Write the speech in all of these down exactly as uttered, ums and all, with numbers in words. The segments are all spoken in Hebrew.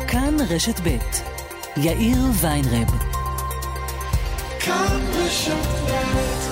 כאן רשת ב' יאיר ויינרב. כאן רשת ב'.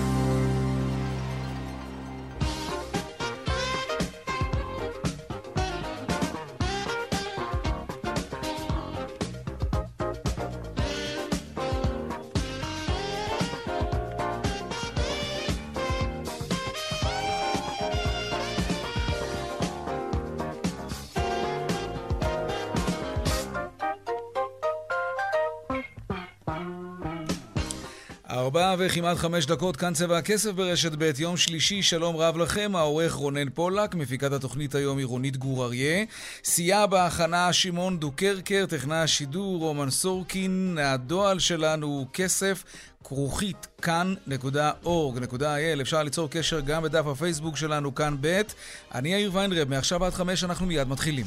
ארבע וכמעט חמש דקות, כאן צבע הכסף ברשת ב', יום שלישי, שלום רב לכם, העורך רונן פולק, מפיקת התוכנית היום עירונית גור אריה, סייע בהכנה שמעון דוקרקר, טכנאי השידור רומן סורקין, הדואל שלנו כסף, כרוכית כאן נקודה אורג נקודה איי אל, אפשר ליצור קשר גם בדף הפייסבוק שלנו כאן ב'. אני יאיר ויינרב, מעכשיו עד חמש אנחנו מיד מתחילים.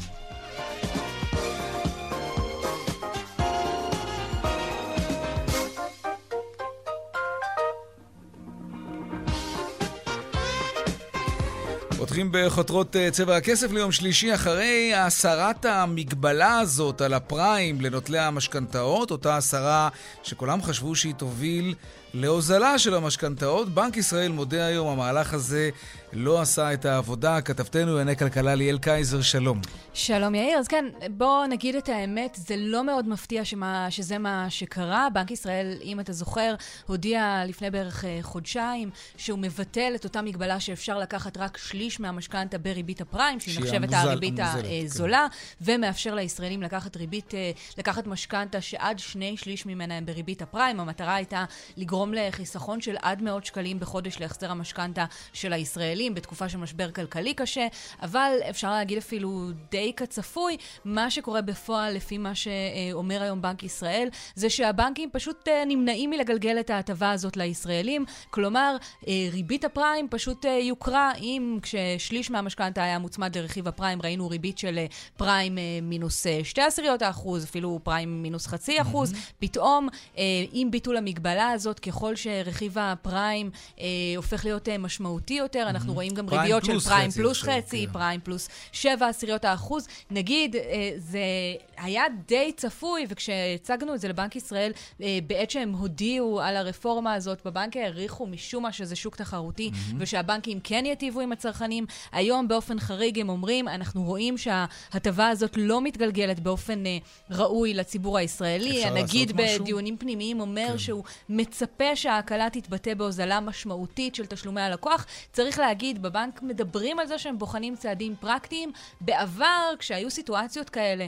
פותחים בחותרות צבע הכסף ליום שלישי, אחרי הסרת המגבלה הזאת על הפריים לנוטלי המשכנתאות, אותה הסרה שכולם חשבו שהיא תוביל להוזלה של המשכנתאות. בנק ישראל מודה היום, המהלך הזה לא עשה את העבודה. כתבתנו עיני כלכלה ליאל קייזר, שלום. שלום יאיר, אז כן, בוא נגיד את האמת, זה לא מאוד מפתיע שמה, שזה מה שקרה. בנק ישראל, אם אתה זוכר, הודיע לפני בערך חודשיים שהוא מבטל את אותה מגבלה שאפשר לקחת רק שליש מהמשכנתא בריבית הפריים, שהיא נחשבת הריבית הזולה, כן. ומאפשר לישראלים לקחת ריבית, לקחת משכנתא שעד שני שליש ממנה הם בריבית הפריים. המטרה הייתה לגרום לחיסכון של עד מאות שקלים בחודש להחזר המשכנתא של הישראלים בתקופה של משבר כלכלי קשה, אבל אפשר להגיד אפילו די כצפוי. מה שקורה בפועל לפי מה שאומר היום בנק ישראל זה שהבנקים פשוט נמנעים מלגלגל את ההטבה הזאת לישראלים, כלומר ריבית הפריים פשוט יוקרה. אם כששליש מהמשכנתא היה מוצמד לרכיב הפריים ראינו ריבית של פריים מינוס שתי עשיריות האחוז, אפילו פריים מינוס חצי אחוז, פתאום עם ביטול המגבלה הזאת, ככל שרכיב הפריים אה, הופך להיות אה, משמעותי יותר, אנחנו mm-hmm. רואים גם ריביות של פריים חצי, פלוס חצי, כן. פריים פלוס שבע עשיריות האחוז. נגיד, אה, זה היה די צפוי, וכשהצגנו את זה לבנק ישראל, אה, בעת שהם הודיעו על הרפורמה הזאת, בבנק העריכו משום מה שזה שוק תחרותי, mm-hmm. ושהבנקים כן יטיבו עם הצרכנים. היום באופן חריג הם אומרים, אנחנו רואים שההטבה הזאת לא מתגלגלת באופן אה, ראוי לציבור הישראלי. הנגיד בדיונים משהו? פנימיים אומר כן. שהוא מצפה שההקלה תתבטא בהוזלה משמעותית של תשלומי הלקוח. צריך להגיד, בבנק מדברים על זה שהם בוחנים צעדים פרקטיים. בעבר, כשהיו סיטואציות כאלה,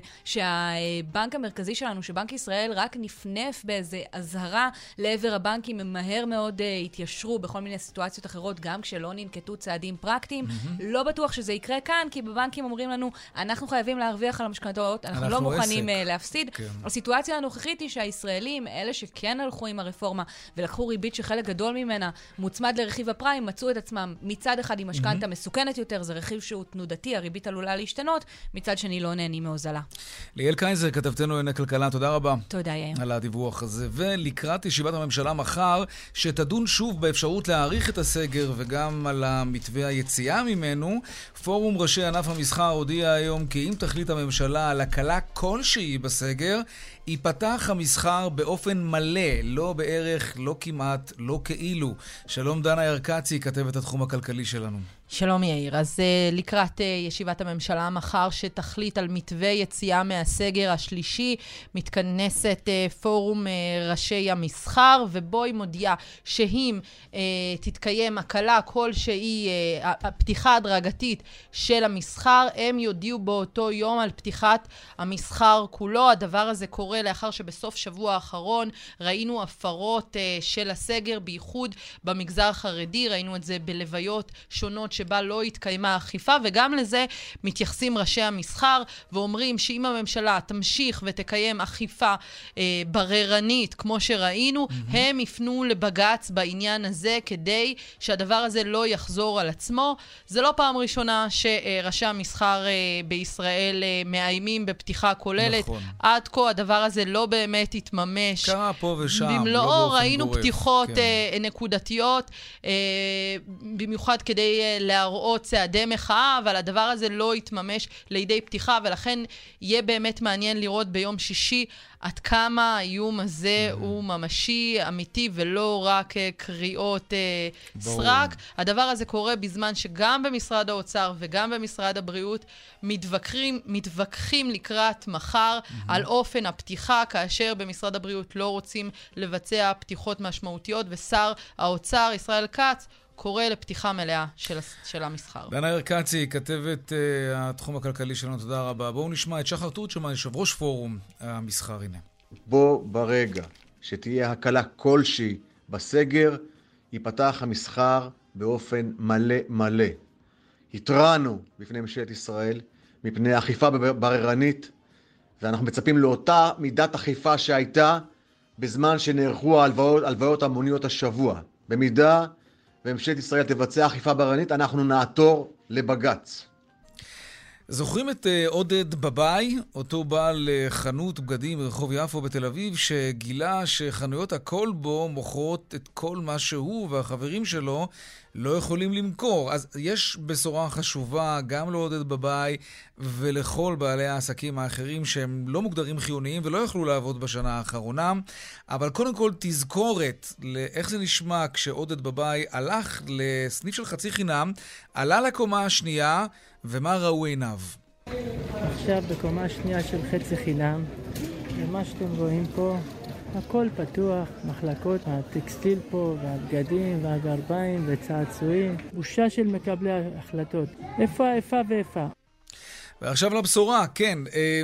שהבנק המרכזי שלנו, שבנק ישראל רק נפנף באיזה הזהרה לעבר הבנקים, הם מהר מאוד uh, התיישרו בכל מיני סיטואציות אחרות, גם כשלא ננקטו צעדים פרקטיים. Mm-hmm. לא בטוח שזה יקרה כאן, כי בבנקים אומרים לנו, אנחנו חייבים להרוויח על המשכנתאות, אנחנו, אנחנו לא מוכנים uh, להפסיד. כן. הסיטואציה הנוכחית היא שהישראלים, אלה שכן הלכו עם הרפורמה, ולקחו ריבית שחלק גדול ממנה מוצמד לרכיב הפריים, מצאו את עצמם מצד אחד עם משכנתא mm-hmm. מסוכנת יותר, זה רכיב שהוא תנודתי, הריבית עלולה להשתנות, מצד שני לא נהנים מהוזלה. ליאל קייזר, כתבתנו עיני כלכלה, תודה רבה. תודה יאיר. על הדיווח הזה. ולקראת ישיבת הממשלה מחר, שתדון שוב באפשרות להאריך את הסגר וגם על המתווה היציאה ממנו, פורום ראשי ענף המסחר הודיע היום כי אם תחליט הממשלה על הקלה כלשהי בסגר, ייפתח המסחר באופן מלא, לא בערך, לא כמעט, לא כאילו. שלום דנה ירקצי, כתבת התחום הכלכלי שלנו. שלום יאיר, אז uh, לקראת uh, ישיבת הממשלה מחר שתחליט על מתווה יציאה מהסגר השלישי, מתכנסת uh, פורום uh, ראשי המסחר, ובו היא מודיעה שאם uh, תתקיים הקלה כלשהי, uh, הפתיחה הדרגתית של המסחר, הם יודיעו באותו יום על פתיחת המסחר כולו. הדבר הזה קורה לאחר שבסוף שבוע האחרון ראינו הפרות uh, של הסגר, בייחוד במגזר החרדי, ראינו את זה בלוויות שונות שבה לא התקיימה אכיפה, וגם לזה מתייחסים ראשי המסחר ואומרים שאם הממשלה תמשיך ותקיים אכיפה אה, בררנית כמו שראינו, mm-hmm. הם יפנו לבגץ בעניין הזה כדי שהדבר הזה לא יחזור על עצמו. זה לא פעם ראשונה שראשי המסחר אה, בישראל אה, מאיימים בפתיחה כוללת. נכון. עד כה הדבר הזה לא באמת התממש. קרה פה ושם. במלואו לא ראינו גורף. פתיחות כן. אה, נקודתיות, אה, במיוחד כדי אה, להראות צעדי מחאה, אבל הדבר הזה לא יתממש לידי פתיחה, ולכן יהיה באמת מעניין לראות ביום שישי עד כמה האיום הזה הוא ממשי, אמיתי, ולא רק קריאות סרק. הדבר הזה קורה בזמן שגם במשרד האוצר וגם במשרד הבריאות מתווכחים, מתווכחים לקראת מחר על אופן הפתיחה, כאשר במשרד הבריאות לא רוצים לבצע פתיחות משמעותיות, ושר האוצר ישראל כץ קורא לפתיחה מלאה של, של המסחר. דנה ארקצי, כתבת uh, התחום הכלכלי שלנו, תודה רבה. בואו נשמע את שחר תורג'מן, יושב ראש פורום המסחר. הנה. בוא ברגע שתהיה הקלה כלשהי בסגר, ייפתח המסחר באופן מלא מלא. התרענו בפני ממשלת ישראל מפני אכיפה בררנית, ואנחנו מצפים לאותה מידת אכיפה שהייתה בזמן שנערכו ההלוויות, ההלוויות המוניות השבוע. במידה וממשלת ישראל תבצע אכיפה בררנית, אנחנו נעתור לבג"ץ. זוכרים את uh, עודד בבאי, אותו בעל uh, חנות בגדים ברחוב יפו בתל אביב, שגילה שחנויות הכל בו מוכרות את כל מה שהוא והחברים שלו לא יכולים למכור. אז יש בשורה חשובה גם לעודד בבאי ולכל בעלי העסקים האחרים שהם לא מוגדרים חיוניים ולא יכלו לעבוד בשנה האחרונה. אבל קודם כל תזכורת לאיך זה נשמע כשעודד בבאי הלך לסניף של חצי חינם, עלה לקומה השנייה, ומה ראו עיניו? עכשיו בקומה השנייה של חצי חינם, ומה שאתם רואים פה, הכל פתוח, מחלקות, הטקסטיל פה, והבגדים, והגרביים, וצעצועים. בושה של מקבלי ההחלטות. איפה, איפה ואיפה. ועכשיו לבשורה, כן,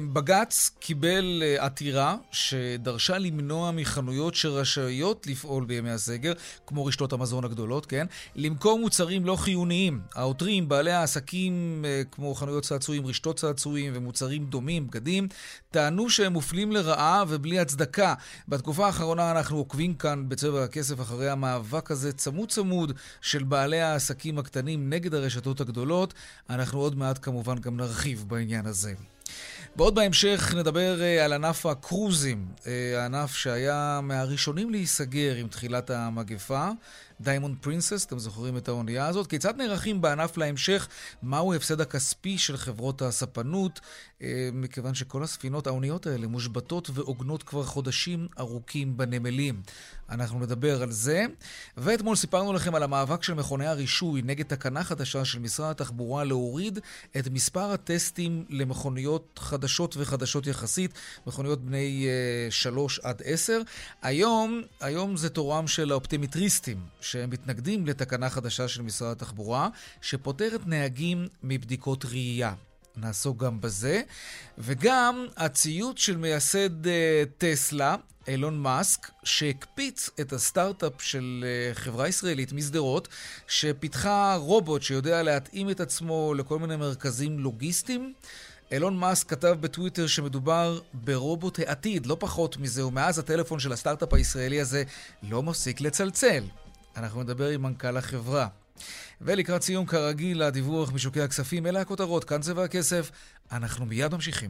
בג"ץ קיבל עתירה שדרשה למנוע מחנויות שרשאיות לפעול בימי הסגר, כמו רשתות המזון הגדולות, כן, למכור מוצרים לא חיוניים. העותרים, בעלי העסקים כמו חנויות צעצועים, רשתות צעצועים ומוצרים דומים, בגדים, טענו שהם מופלים לרעה ובלי הצדקה. בתקופה האחרונה אנחנו עוקבים כאן בצבע הכסף אחרי המאבק הזה צמוד צמוד של בעלי העסקים הקטנים נגד הרשתות הגדולות. אנחנו עוד מעט כמובן גם נרחיב בעניין הזה. בעוד בהמשך נדבר על ענף הקרוזים, הענף שהיה מהראשונים להיסגר עם תחילת המגפה, דיימונד פרינסס, אתם זוכרים את האונייה הזאת? כיצד נערכים בענף להמשך? מהו הפסד הכספי של חברות הספנות? מכיוון שכל הספינות, האוניות האלה, מושבתות ועוגנות כבר חודשים ארוכים בנמלים. אנחנו נדבר על זה. ואתמול סיפרנו לכם על המאבק של מכוני הרישוי נגד תקנה חדשה של משרד התחבורה להוריד את מספר הטסטים למכוניות חדשות וחדשות יחסית, מכוניות בני שלוש עד עשר. היום, היום זה תורם של האופטימטריסטים, שהם מתנגדים לתקנה חדשה של משרד התחבורה, שפותרת נהגים מבדיקות ראייה. נעסוק גם בזה. וגם הציוץ של מייסד uh, טסלה, אילון מאסק, שהקפיץ את הסטארט-אפ של uh, חברה ישראלית מסדרות, שפיתחה רובוט שיודע להתאים את עצמו לכל מיני מרכזים לוגיסטיים. אילון מאסק כתב בטוויטר שמדובר ברובוט העתיד, לא פחות מזה, ומאז הטלפון של הסטארט-אפ הישראלי הזה לא מפסיק לצלצל. אנחנו נדבר עם מנכ"ל החברה. ולקראת סיום כרגיל הדיווח משוקי הכספים, אלה הכותרות, כאן צבע הכסף, אנחנו מיד ממשיכים.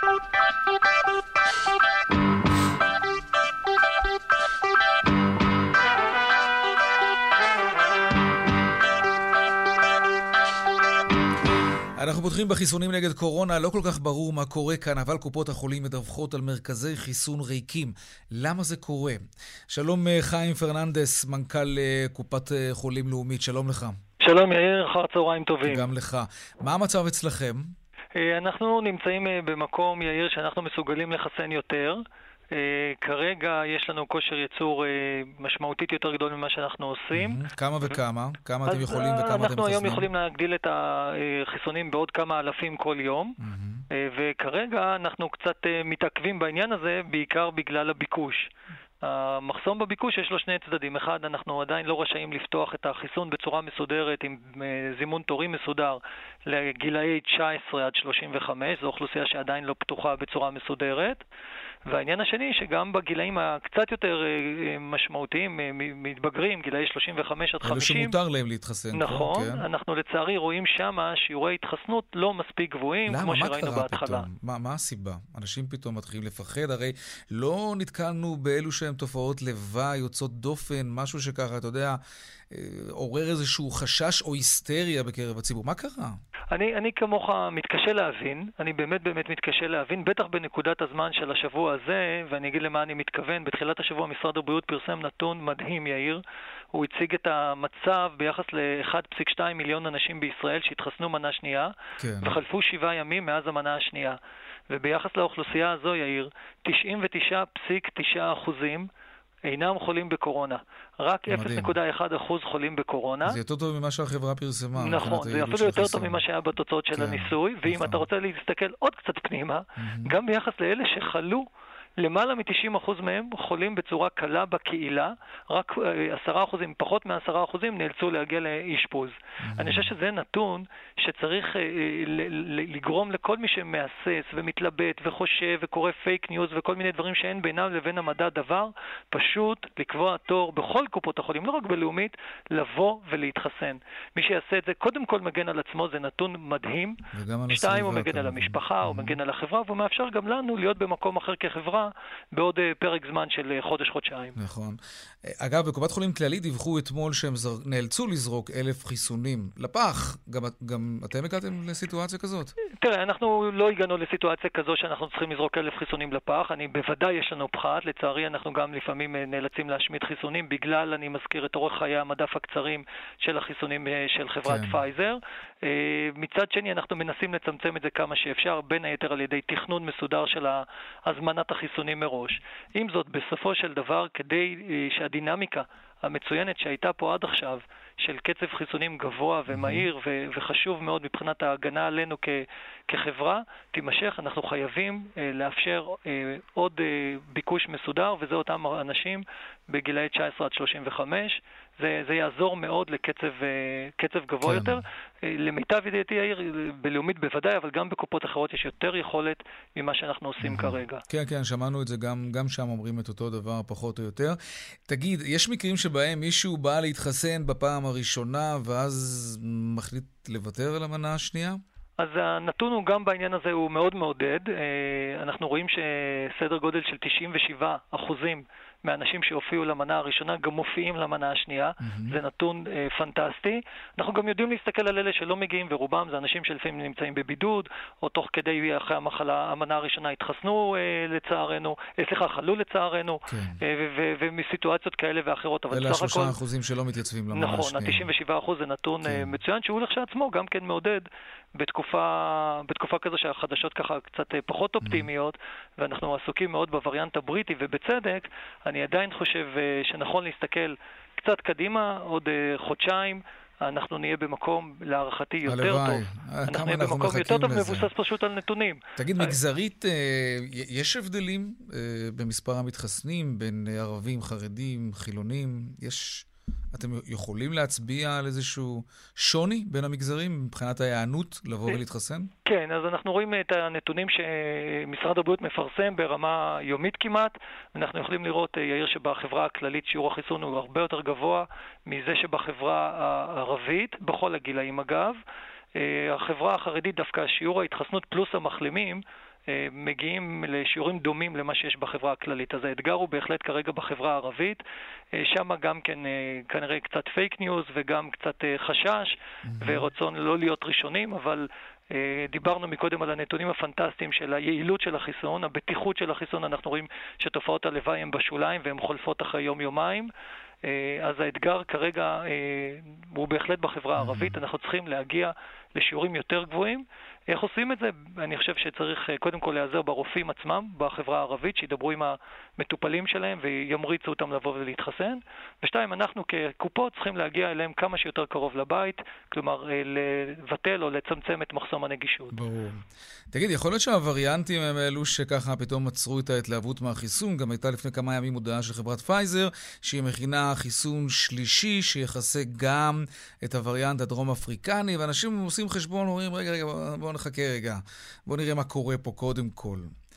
אנחנו פותחים בחיסונים נגד קורונה, לא כל כך ברור מה קורה כאן, אבל קופות החולים מדווחות על מרכזי חיסון ריקים. למה זה קורה? שלום חיים פרננדס, מנכ"ל קופת חולים לאומית, שלום לך. שלום יאיר, אחר צהריים טובים. גם לך. מה המצב אצלכם? אנחנו נמצאים במקום, יאיר, שאנחנו מסוגלים לחסן יותר. כרגע יש לנו כושר ייצור משמעותית יותר גדול ממה שאנחנו עושים. כמה וכמה? כמה אתם יכולים וכמה אתם מחסנים? אנחנו היום יכולים להגדיל את החיסונים בעוד כמה אלפים כל יום, וכרגע אנחנו קצת מתעכבים בעניין הזה, בעיקר בגלל הביקוש. המחסום בביקוש יש לו שני צדדים. אחד, אנחנו עדיין לא רשאים לפתוח את החיסון בצורה מסודרת עם זימון תורים מסודר לגילאי תשע עשרה עד שלושים וחמש. זו אוכלוסייה שעדיין לא פתוחה בצורה מסודרת. והעניין השני, שגם בגילאים הקצת יותר משמעותיים, מתבגרים, גילאי שלושים וחמש עד חמישים, אלו שמותר להם להתחסן. נכון, כן. אנחנו לצערי רואים שמה שיעורי התחסנות לא מספיק גבוהים, כמו שראינו בהתחלה. למה? מה, מה הסיבה? אנשים פתאום מתחילים לפחד, הרי לא נתקלנו באלו שהם תופעות לוואי, יוצאות דופן, משהו שככה, אתה יודע, עורר איזשהו חשש או היסטריה בקרב הציבור. מה קרה? אני, אני כמוך מתקשה להבין, אני באמת באמת מתקשה להבין, בטח בנקודת הזמן של השבוע הזה, ואני אגיד למה אני מתכוון. בתחילת השבוע משרד הבריאות פרסם נתון מדהים, יאיר. הוא הציג את המצב ביחס ל-אחד נקודה שתיים מיליון אנשים בישראל שהתחסנו מנה שנייה, כן. וחלפו שבעה ימים מאז המנה השנייה. וביחס לאוכלוסייה הזו, יאיר, תשעים ותשע נקודה תשע אחוזים אינם חולים בקורונה. רק אפס נקודה אחת אחוז חולים בקורונה. זה יותר טוב ממה שהחברה פרסמה. נכון, זה אפילו יותר טוב ממה שהיה בתוצאות של הניסוי, ואם אתה רוצה להסתכל עוד קצת פנימה, גם ביחס לאלה שחלו, למעלה מ-תשעים אחוז מהם חולים בצורה קלה בקהילה, רק עשרה אחוזים, פחות מ-עשרה אחוזים נאלצו להגיע לאשפוז. אני חושב שזה נתון שצריך לגרום לכל מי שמאסס ומתלבט וחושב וקורא פייק ניוז וכל מיני דברים שאין בינם לבין המדע דבר, פשוט לקבוע תור בכל קופות החולים, לא רק בלאומית, לבוא ולהתחסן. מי שיעשה את זה, קודם כל מגן על עצמו, זה נתון מדהים. שתיים, הוא מגן על המשפחה, הוא מגן על החברה, והוא מאפשר גם לנו להיות במקום אחר כחברה, בעוד פרק זמן של חודש-חודשיים. נכון. אגב, בקופת חולים כללית דיווחו אתמול שהם זר... נאלצו לזרוק אלף חיסונים לפח. גם, גם אתם הגעתם לסיטואציה כזאת? תראה, אנחנו לא הגענו לסיטואציה כזו שאנחנו צריכים לזרוק אלף חיסונים לפח. אני בוודאי יש לנו פחת. לצערי, אנחנו גם לפעמים נאלצים להשמיד חיסונים, בגלל, אני מזכיר, את אורך חיי המדף הקצרים של החיסונים של חברת כן. פייזר. מצד שני, אנחנו מנסים לצמצם את זה כמה שאפשר, בין היתר על ידי תכנון מסודר של הזמנת החיסונים מראש. עם זאת, בסופו של דבר, כדי שהדינמיקה המצוינת שהייתה פה עד עכשיו, של קצב חיסונים גבוה ומהיר ו- וחשוב מאוד מבחינת ההגנה עלינו כ- כחברה, תימשך, אנחנו חייבים אה, לאפשר אה, עוד אה, ביקוש מסודר, וזה אותם אנשים בגילאי תשע עשרה עד שלושים וחמש. זה, זה יעזור מאוד לקצב אה, קצב גבוה כן. יותר. אה, למיטב ידיעתי העיר, בלאומית בוודאי, אבל גם בקופות אחרות יש יותר יכולת ממה שאנחנו עושים כרגע. כן, כן, שמענו את זה, גם, גם שם אומרים את אותו דבר פחות או יותר. תגיד, יש מקרים שבהם מישהו בא להתחסן בפעם הראשונה, ואז מחליט לוותר על המנה השנייה? אז הנתון הוא גם בעניין הזה הוא מאוד מעודד. אנחנו רואים שסדר גודל של תשעים ושבעה אחוזים מהאנשים שהופיעו למנה הראשונה גם מופיעים למנה השנייה. Mm-hmm. זה נתון אה, פנטסטי. אנחנו גם יודעים להסתכל על אלה שלא מגיעים, ורובם זה אנשים שלפעמים נמצאים בבידוד, או תוך כדי אחרי המחלה, המנה הראשונה התחסנו אה, לצערנו, אה, סליחה, חלו לצערנו, כן. אה, ו- ו- ומסיטואציות כאלה ואחרות. אלה השלושה הכל... אחוזים שלא מתייצבים למנה נכון, השנייה. נכון, ה-תשעים ושבעה אחוז זה נתון כן. אה, מצוין, שהוא לכשעצמו גם כן מעודד בתקופה, בתקופה כזו שהחדשות ככה קצת פחות אופטימיות, mm-hmm. ואנחנו עסוקים מאוד בווריאנט הבריטי, ובצדק, אני עדיין חושב שנכון להסתכל קצת קדימה, עוד חודשיים, אנחנו נהיה במקום להערכתי יותר הלוואי. טוב. אנחנו נהיה במקום יותר טוב, לזה. מבוסס פשוט על נתונים. תגיד, מגזרית, יש הבדלים במספר המתחסנים בין ערבים, חרדים, חילונים? יש... אתם יכולים להצביע על איזשהו שוני בין המגזרים מבחינת ההיענות לבוא ולהתחסן? כן, אז אנחנו רואים את הנתונים שמשרד הבריאות מפרסם ברמה יומית כמעט. אנחנו יכולים לראות, יאיר, שבחברה הכללית שיעור החיסון הוא הרבה יותר גבוה מזה שבחברה הערבית, בכל הגילאים אגב. החברה החרדית דווקא שיעור ההתחסנות פלוס המחלימים מגיעים לשיעורים דומים למה שיש בחברה הכללית. אז האתגר הוא בהחלט כרגע בחברה הערבית. שם גם כן כנראה קצת פייק ניוז וגם קצת חשש ורצון לא להיות ראשונים, אבל דיברנו מקודם על הנתונים הפנטסטיים של היעילות של החיסון, הבטיחות של החיסון. אנחנו רואים שתופעות הלוואי הן בשוליים והן חולפות אחרי יום-יומיים. אז האתגר כרגע הוא בהחלט בחברה הערבית. אנחנו צריכים להגיע לשיעורים יותר גבוהים. איך עושים את זה? אני חושב שצריך קודם כל להיעזר ברופאים עצמם בחברה הערבית, שידברו עם המטופלים שלהם וימריצו אותם לבוא ולהתחסן. ושתיים, אנחנו כקופות צריכים להגיע אליהם כמה שיותר קרוב לבית, כלומר לבטל או לצמצם את מחסום הנגישות. ברור. תגיד, יכול להיות שהווריאנטים הם אלו שככה פתאום עצרו את ההתלהבות מהחיסון? גם הייתה לפני כמה ימים הודעה של חברת פייזר, שהיא מכינה חיסון שלישי שיחסה גם את הווריאנט הדרום אפריקני, ואנשים עושים חשבון, אומרים, רגע, רגע, בואו נחכה רגע, בואו נראה מה קורה פה קודם כל.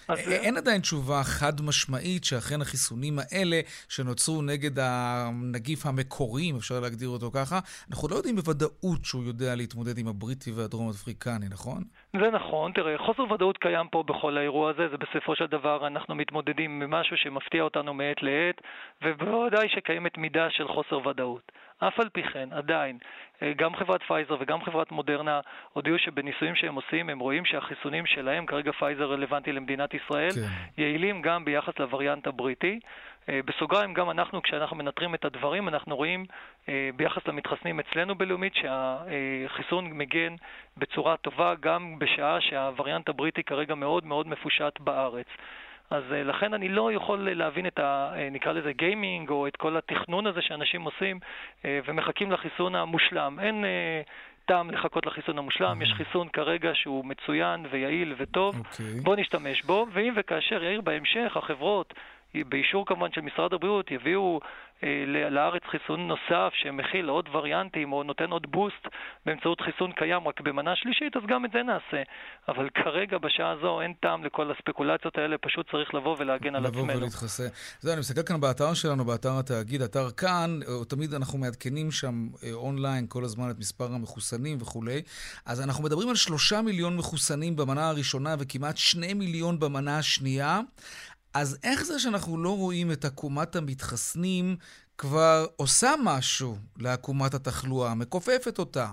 אין עדיין תשובה חד משמעית שאכן החיסונים האלה שנוצרו נגד הנגיף המקורי, אם אפשר להגדיר אותו ככה, אנחנו לא יודעים בוודאות שהוא יודע להתמודד עם הבריטי והדרום אפריקני, נכון? זה נכון, תראה, חוסר ודאות קיים פה בכל האירוע הזה, זה בסופו של דבר אנחנו מתמודדים עם משהו שמפתיע אותנו מעת לעת, ובוודאי שקיימת מידה של חוסר ודאות. אף על פי כן, עדיין, גם חברת פייזר וגם חברת מודרנה הודיעו שבניסויים שהם עושים, הם רואים שהחיסונים שלהם, כרגע פייזר רלוונטי למדינת ישראל, כן. יעילים גם ביחס לווריאנט הבריטי. בסוגריים, גם אנחנו, כשאנחנו מנטרים את הדברים, אנחנו רואים ביחס למתחסנים אצלנו בלאומית שהחיסון מגן בצורה טובה, גם בשעה שהווריאנט הבריטי כרגע מאוד מאוד מפושט בארץ. אז לכן אני לא יכול להבין את ה, נקרא לזה גיימינג, או את כל התכנון הזה שאנשים עושים ומחכים לחיסון המושלם. אין טעם לחכות לחיסון המושלם, יש חיסון כרגע שהוא מצוין ויעיל וטוב, okay. בוא נשתמש בו, ואם וכאשר יאיר בהמשך החברות, באישור כמובן של משרד הבריאות, יביאו אה, לארץ חיסון נוסף שמכיל עוד וריאנטים או נותן עוד בוסט באמצעות חיסון קיים רק במנה שלישית, אז גם את זה נעשה. אבל כרגע בשעה הזו אין טעם לכל הספקולציות האלה, פשוט צריך לבוא ולהגן על עצמנו. לבוא ולהתחסה. זה, אני מסתכל כאן באתר שלנו, באתר התאגיד, אתר כאן, תמיד אנחנו מעדכנים שם אה, אונליין כל הזמן את מספר המחוסנים וכו'. אז אנחנו מדברים על שלושה מיליון מחוסנים במנה הראשונה וכמעט שני מיליון במנה השנייה. אז איך זה שאנחנו לא רואים את עקומת המתחסנים כבר עושה משהו לעקומת התחלואה, מקופפת אותה?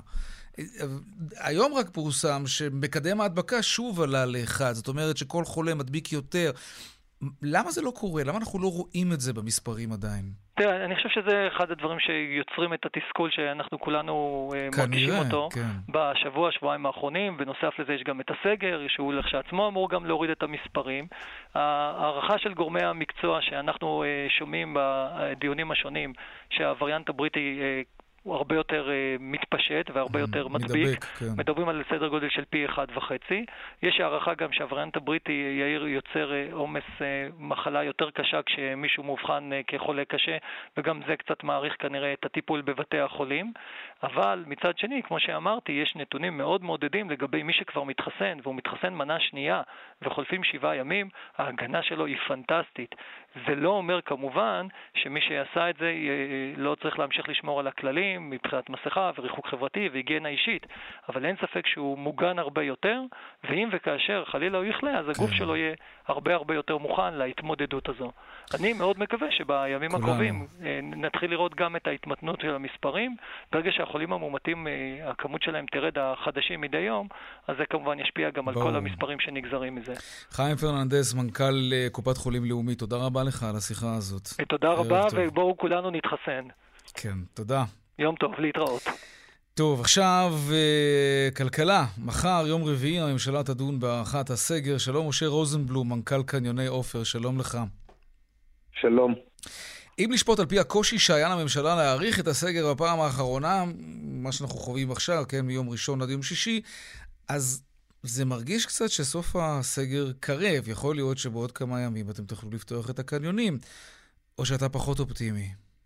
היום רק פורסם שמקדם ההדבקה שוב עלה לאחד, זאת אומרת שכל חולה מדביק יותר. למה זה לא קורה? למה אנחנו לא רואים את זה במספרים עדיין? תראה, אני חושב שזה אחד הדברים שיוצרים את התסכול שאנחנו כולנו מרגישים אותו כן. בשבוע, שבועיים האחרונים. בנוסף לזה יש גם את הסגר, שהוא לכשעצמו אמור גם להוריד את המספרים. הערכה של גורמי המקצוע שאנחנו שומעים בדיונים השונים, שהווריאנט הבריטי הוא הרבה יותר uh, מתפשט והרבה יותר מדביק. מדבק, כן. מדברים על סדר גודל של פי אחד וחצי. יש הערכה גם שהווריאנט הבריטי יאיר יוצר עומס uh, uh, מחלה יותר קשה כשמישהו מובחן uh, כחולה קשה, וגם זה קצת מעריך כנראה את הטיפול בבתי החולים. אבל מצד שני, כמו שאמרתי, יש נתונים מאוד מעודדים לגבי מי שכבר מתחסן, והוא מתחסן מנה שנייה וחולפים שבעה ימים, ההגנה שלו היא פנטסטית. זה לא אומר כמובן שמי שעשה את זה לא צריך להמשיך לשמור על הכללים מבחינת מסכה וריחוק חברתי והיגיינה אישית, אבל אין ספק שהוא מוגן הרבה יותר, ואם וכאשר חלילה הוא יחלה, אז הגוף שלו יהיה הרבה הרבה יותר מוכן להתמודדות הזו. אני מאוד מקווה שבימים הקרובים נתחיל לראות גם את ההתמתנות של המספרים. ברגע שהחולים המומתים, הכמות שלהם תרד החדשים מדי יום, אז זה כמובן ישפיע גם על כל המספרים שנגזרים מזה. חיים פרננדס, מנכ"ל קופת חולים לאומית, תודה רבה לך על השיחה הזאת. תודה רבה, ובואו כולנו נתחסן. כן, תודה. יום טוב, להתראות. טוב, עכשיו כלכלה. מחר, יום רביעי, הממשלה תדון בהארכת הסגר. שלום, משה רוזנבלום, מנכ"ל קניוני עופר, שלום לך. שלום. אם לשפוט על פי הקושי שהיה לממשלה להאריך את הסגר בפעם האחרונה, מה שאנחנו חווים עכשיו, כן, מיום ראשון עד יום שישי, אז זה מרגיש קצת שסוף הסגר קרב. יכול להיות שבעוד כמה ימים אתם תוכלו לפתוח את הקניונים, או שאתה פחות אופטימי?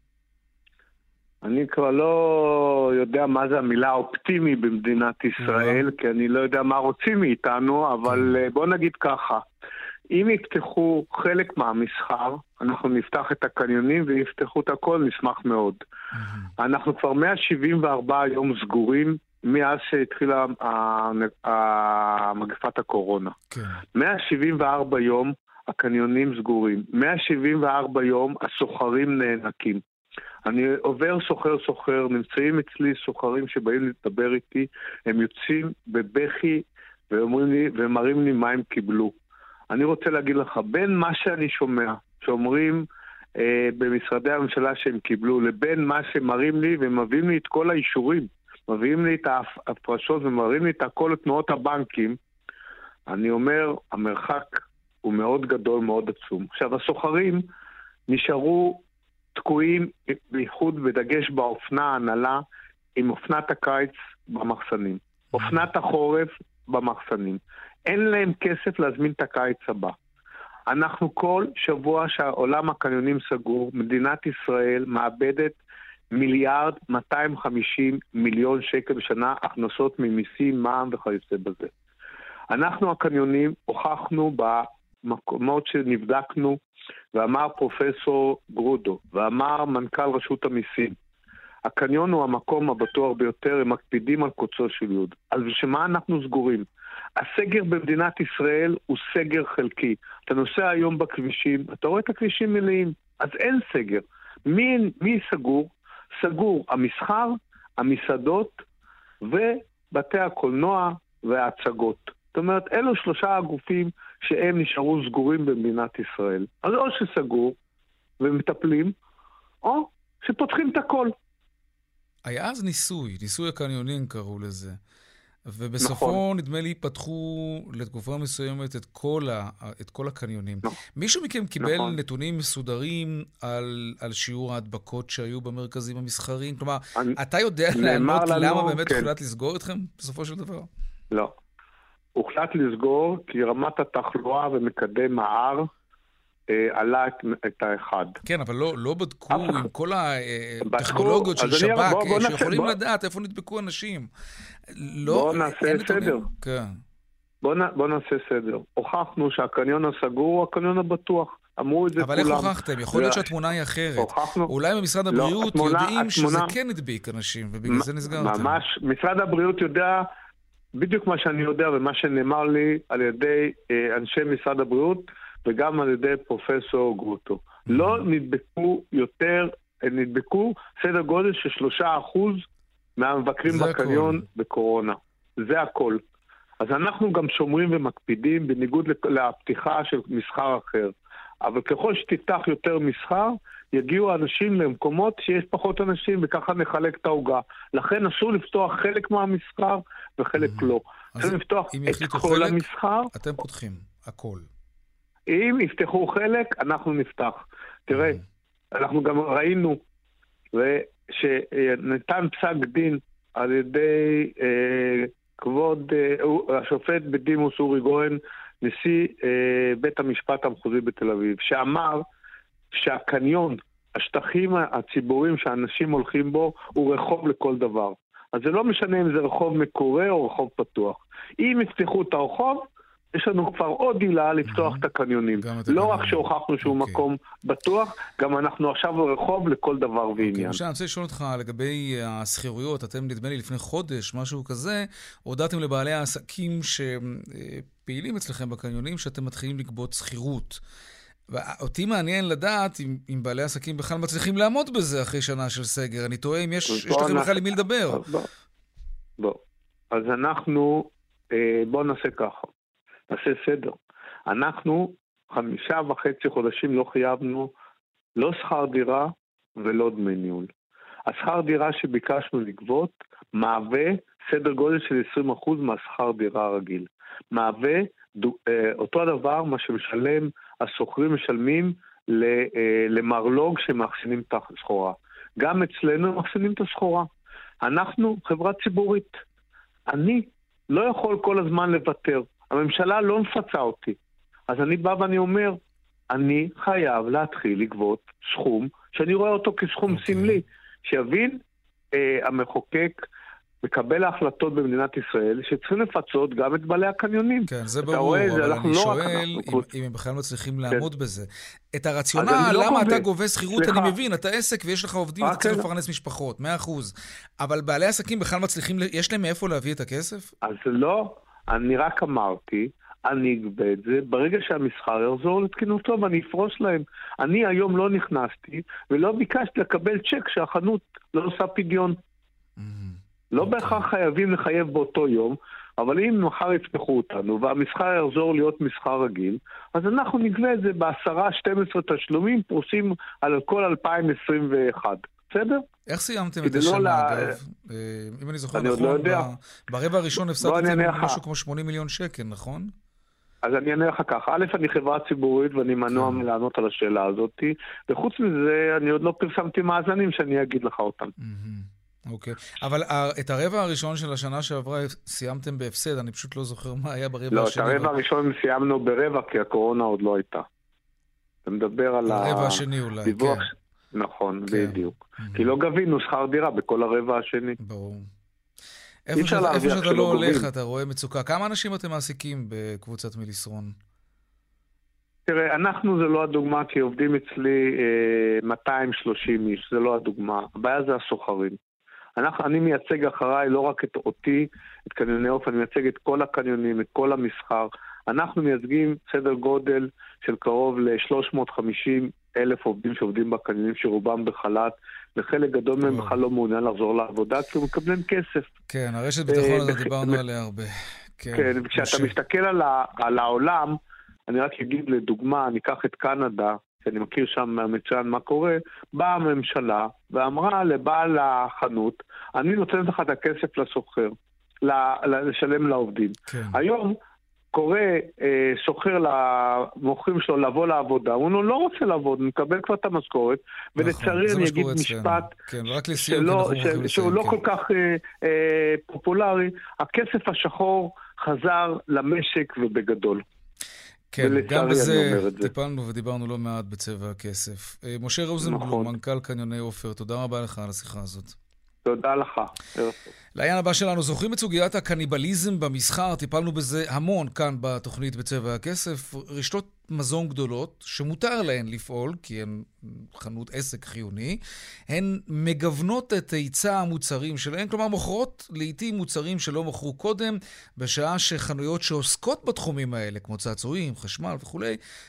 אני כבר לא יודע מה זה המילה אופטימי במדינת ישראל, כי אני לא יודע מה רוצים מאיתנו, אבל בוא נגיד ככה, אם יפתחו חלק מהמסחר, אנחנו נפתח את הקניונים ויפתחו את הכל, נשמח מאוד. אנחנו כבר מאה שבעים וארבעה יום סגורים, מאז שהתחילה מגפת הקורונה. מאה שבעים וארבעה יום הקניונים סגורים, מאה שבעים וארבעה יום הסוחרים נאנקים. אני עובר סוחר סוחר, נמצאים אצלי סוחרים שבאים לדבר איתי, הם יוצאים בבכי ואומרים לי, ומראים לי מה הם קיבלו. אני רוצה להגיד לך, בין מה שאני שומע, שאומרים אה, במשרדי הממשלה שהם קיבלו, לבין מה שמראים לי, ומביאים לי את כל האישורים, מביאים לי את ההפרשות ומראים לי את כל תנועות הבנקים, אני אומר, המרחק הוא מאוד גדול, מאוד עצום. עכשיו, הסוחרים נשארו תקועים, בייחוד בדגש באופנה ההנהלה, עם אופנת הקיץ במחסנים. אופנת החורף במחסנים. אין להם כסף להזמין את הקיץ הבא. אנחנו כל שבוע שהעולם הקניונים סגור, מדינת ישראל מאבדת מיליארד מאתיים וחמישים מיליון שקל בשנה, הכנסות ממיסים, מע"מ וכיוצא בזה. אנחנו הקניונים הוכחנו מקומות שנבדקנו, ואמר פרופסור גרודו, ואמר מנכ"ל רשות המיסים, הקניון הוא המקום הבטוח ביותר, הם מקפידים על קוצו של יוד. אז בשמה אנחנו סגורים? הסגר במדינת ישראל הוא סגר חלקי. אתה נוסע היום בכבישים, אתה רואה את הכבישים מלאים, אז אין סגר. מי, מי סגור? סגור המסחר, המסעדות ובתי הקולנוע וההצגות. זאת אומרת, אלו שלושה הגופים שהם נשארו סגורים במדינת ישראל. אז או שסגור ומטפלים, או שפותחים את הכל. היה אז ניסוי, ניסוי הקניונים קראו לזה. ובסופו נכון. נדמה לי פתחו לתקופה מסוימת את כל, ה, את כל הקניונים. נכון. מישהו מכם קיבל נכון. נתונים מסודרים על, על שיעור ההדבקות שהיו במרכזים המסחריים? כלומר, אני, אתה יודע לענות למה באמת כן. הוחלט לסגור אתכם בסופו של דבר? לא. הוחלט לסגור כי רמת התחלואה ומקדם ה-R אה, עלה את, את האחד. כן, אבל לא, לא בדקו עם כל הטכנולוגיות של שב"כ, בוא, בוא שיכולים בוא... לדעת איפה נדבקו אנשים. לא, בוא נעשה סדר. כן. בוא, נ, בוא נעשה סדר. הוכחנו שהקניון הסגור הוא הקניון הבטוח. אמרו את זה אבל כולם. איך הוכחתם? יכול להיות שהתמונה היא אחרת. הוכחנו. אולי במשרד הבריאות לא, התמונה, יודעים התמונה... שזה כן הדביק אנשים, ובגלל זה נסגר אותם. ממש, משרד הבריאות יודע בדיוק מה שאני יודע ומה שנאמר לי על ידי אה, אנשי משרד הבריאות, וגם על ידי פרופסור גרוטו. לא נדבקו יותר, נדבקו סדר גודל של שלושה אחוז מהמבקרים בקניון בקורונה. זה הכל. אז אנחנו גם שומרים ומקפידים בניגוד לפתיחה של מסחר אחר. אבל ככל שתפתח יותר מסחר, יגיעו אנשים למקומות שיש פחות אנשים, וככה נחלק את ההוגה. לכן אסור לפתוח חלק מהמסחר וחלק לא. צריך לפתוח את כל המסחר. אתם פותחים הכל. אם יפתחו חלק, אנחנו נפתח. תראה, אנחנו גם ראינו שניתן פסק דין על ידי אה, כבוד אה, השופט בדימוס אורי גוהן, נשיא אה, בית המשפט המחוזי בתל אביב, שאמר שהקניון, השטחים הציבוריים שאנשים הולכים בו, הוא רחוב לכל דבר. אז זה לא משנה אם זה רחוב מקורה או רחוב פתוח. אם יפתחו את הרחוב, יש לנו כבר עוד עילה לפתוח את הקניונים. לא רק שהוכחנו שהוא מקום בטוח, גם אנחנו עכשיו ברחוב לכל דבר ועניין. עכשיו אני רוצה לשאול אותך לגבי הסחירויות, אתם נדמה לי לפני חודש, משהו כזה, הודעתם לבעלי העסקים שפעילים אצלכם בקניונים, שאתם מתחילים לגבות סחירות. ואותי מעניין לדעת אם, אם בעלי העסקים בכלל מצליחים לעמוד בזה אחרי שנה של סגר. אני טועה אם יש, יש לכם בכלל עם מי לדבר. בוא, בוא. אז אנחנו, בוא נעשה ככה. נעשה סדר. אנחנו חמישה וחצי חודשים לא חייבנו לא שכר דירה ולא דמי ניהול. השכר דירה שביקשנו לגבות מהווה סדר גודל של עשרים אחוז מהשכר דירה הרגיל. מהווה אותו הדבר מה שמשלם, הסוחרים משלמים למרלוג שמאחסנים את הסחורה. גם אצלנו מאחסנים את הסחורה. אנחנו חברה ציבורית. אני לא יכול כל הזמן לוותר. הממשלה לא מפצה אותי. אז אני בא ואני אומר, אני חייב להתחיל לגבות סכום, שאני רואה אותו כסכום okay. סמלי, שיבין אה, המחוקק מקבל ההחלטות במדינת ישראל, שצריכים לפצות גם את בעלי הקניונים. כן, זה ברור, אבל זה, אני לא שואל אם, אם הם בכלל מצליחים לעמוד כן. בזה. את הרציונל, לא למה גובה. אתה גובה שכירות, סליחה. אני מבין, אתה עסק ויש לך עובדים, אתה צריך לפרנס משפחות, מאה אחוז. אבל בעלי עסקים בכלל מצליחים, יש להם מאיפה להביא את הכסף? אז לא... אני רק אמרתי, אני אגבה את זה, ברגע שהמסחר יחזור לתקינותו ואני אפרוס להם. אני היום לא נכנסתי ולא ביקשתי לקבל צ'ק שהחנות לא עושה פדיון. Mm-hmm. לא okay. בהכרח חייבים לחייב באותו יום, אבל אם מחר יפתחו אותנו והמסחר יחזור להיות מסחר רגיל, אז אנחנו נגבה את זה בעשרה, שתים עשרה תשלומים פרוסים על כל אלפיים עשרים ואחת. בסדר? איך סיימתם את השנה, אגב? אם אני זוכר נכון, ברבע הראשון הפסדתם משהו כמו שמונים מיליון שקל, נכון? אז אני אענה לך ככה. א', אני חברה ציבורית ואני מנוע מלענות על השאלה הזאת, וחוץ מזה אני עוד לא פרסמתי מאזנים שאני אגיד לך אותם. אוקיי. אבל את הרבע הראשון של השנה שעברה סיימתם בהפסד, אני פשוט לא זוכר מה היה ברבע השני. לא, את הרבע הראשון סיימנו ברבע, כי הקורונה עוד לא הייתה. אתה מדבר על הרבע השני אולי, כן. נכון, בדיוק. כי לא גבינו שכר דירה בכל הרבע השני. ברור. איפה שאתה לא הולך, אתה רואה מצוקה. כמה אנשים אתם מעסיקים בקבוצת מיליסרון? תראה, אנחנו זה לא הדוגמה, כי עובדים אצלי אה, מאתיים ושלושים איש, זה לא הדוגמה. הבעיה זה הסוחרים. אנחנו, אני מייצג אחריי לא רק את אותי, את קניוני עוף, אני מייצג את כל הקניונים, את כל המסחר. אנחנו מייצגים סדר גודל של קרוב ל-שלוש מאות וחמישים אלף עובדים שעובדים בקניונים, שרובם בחל"ת, וחלק גדול מהם בכלל לא מעוניין לחזור לעבודה, כי הוא מקבלם כסף. כן, הרשת ביטחון הזאת דיברנו עליה הרבה. כן, וכשאתה מסתכל על, ה, על העולם, אני רק אגיד לדוגמה, אני אקח את קנדה, שאני מכיר שם מצוין מה קורה, באה הממשלה ואמרה לבעל החנות, אני נותנת לך את הכסף לסוחר, לשלם לעובדים. כן. היום קורא אה, סוחר למוכרים שלו לבוא לעבודה, הוא לא, לא רוצה לעבוד, הוא מקבל כבר את המשכורת, נכון, ולצערי אני אגיד משפט כן, רק לסיום, שלא, ש, שהוא כן. לא כל כך אה, אה, פופולרי, הכסף השחור חזר למשק ובגדול. כן, גם בזה טיפלנו ודיברנו לא מעט בצבע הכסף. משה רוזנבלום, מנכ"ל קניוני עופר, תודה רבה לך על השיחה הזאת. תודה לך. לעניין הבא שלנו, זוכרים את סוגיית הקניבליזם במסחר, טיפלנו בזה המון כאן בתוכנית בצבע הכסף. רשתות מזון גדולות, שמותר להן לפעול, כי הן חנות עסק חיוני, הן מגוונות את היצע המוצרים שלהן, כלומר מוכרות לעתים מוצרים שלא מכרו קודם, בשעה שחנויות שעוסקות בתחומים האלה, כמו צעצועים, חשמל וכו',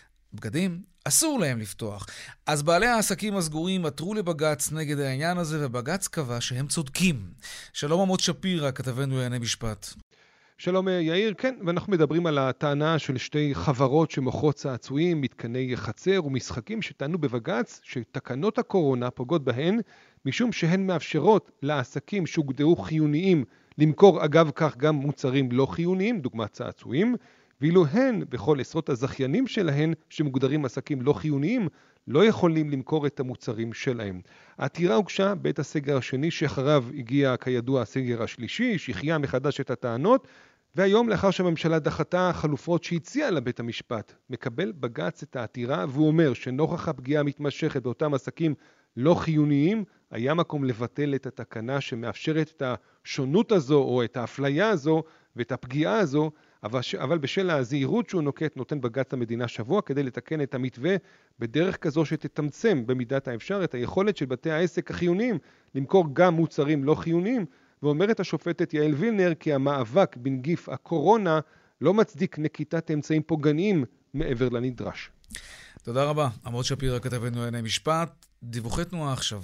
בגדים, אסור להם לפתוח. אז בעלי העסקים הסגורים עתרו לבגץ נגד העניין הזה, ובגץ קבע שהם צודקים. שלום עמוד שפירא, כתבנו לענייני משפט. שלום יאיר, כן, ואנחנו מדברים על הטענה של שתי חברות שמוכרות צעצועים, מתקני חצר ומשחקים שטענו בבגץ שתקנות הקורונה פוגעות בהן, משום שהן מאפשרות לעסקים שהוגדרו חיוניים למכור אגב כך גם מוצרים לא חיוניים, דוגמת צעצועים, ואילו הן, בכל עשרות הזכיינים שלהן, שמוגדרים עסקים לא חיוניים, לא יכולים למכור את המוצרים שלהם. העתירה הוגשה בעת הסגר השני, שאחריו הגיע כידוע הסגר השלישי, שחיה מחדש את הטענות, והיום לאחר שהממשלה דחתה חלופות שהציעה לבית המשפט, מקבל בג"ץ את העתירה, והוא אומר שנוכח הפגיעה המתמשכת באותם עסקים לא חיוניים, היה מקום לבטל את התקנה שמאפשרת את השונות הזו, או את האפליה הזו, ואת הפגיעה הזו, אבל, אבל בשל הזהירות שהוא נוקט נותן בג"ץ המדינה שבוע כדי לתקן את המתווה בדרך כזו שתתמצם במידת האפשר את היכולת של בתי העסק החיוניים למכור גם מוצרים לא חיוניים, ואומרת השופטת יעל וילנר כי המאבק בנגיף הקורונה לא מצדיק נקיטת אמצעים פוגעניים מעבר לנדרש. תודה רבה. עמוד שפירא, כתבנו לענייני משפט. דיווחי תנועה עכשיו.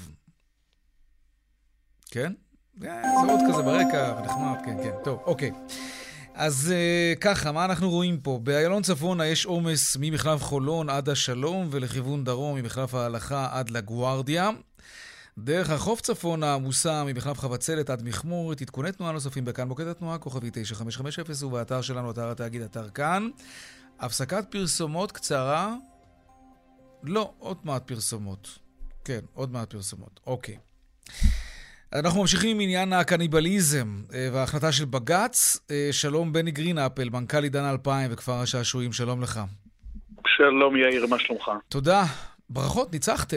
כן? זה עוד כזה ברקע, נחמד, כן, כן. טוב, אוקיי. אז uh, ככה, מה אנחנו רואים פה? באיילון צפונה יש עומס ממחלף חולון עד השלום, ולכיוון דרום ממחלף ההלכה עד לגוארדיה. דרך החוף צפונה עמוסה ממחלף חבצלת עד מכמורת. עדכוני תנועה נוספים בכאן מוקד התנועה, כוכבי תשע חמש חמש אפס, ובאתר שלנו, אתר התאגיד, אתר כאן. הפסקת פרסומות קצרה. לא, עוד מעט פרסומות. כן, עוד מעט פרסומות. אוקיי. אנחנו ממשיכים עם עניין הקניבליזם וההחלטה של בג"ץ. שלום בני גרינאפל, מנכ"ל עידן אלפיים וכפר השעשועים, שלום לך. שלום יאיר, מה שלומך? תודה. ברכות, ניצחתם.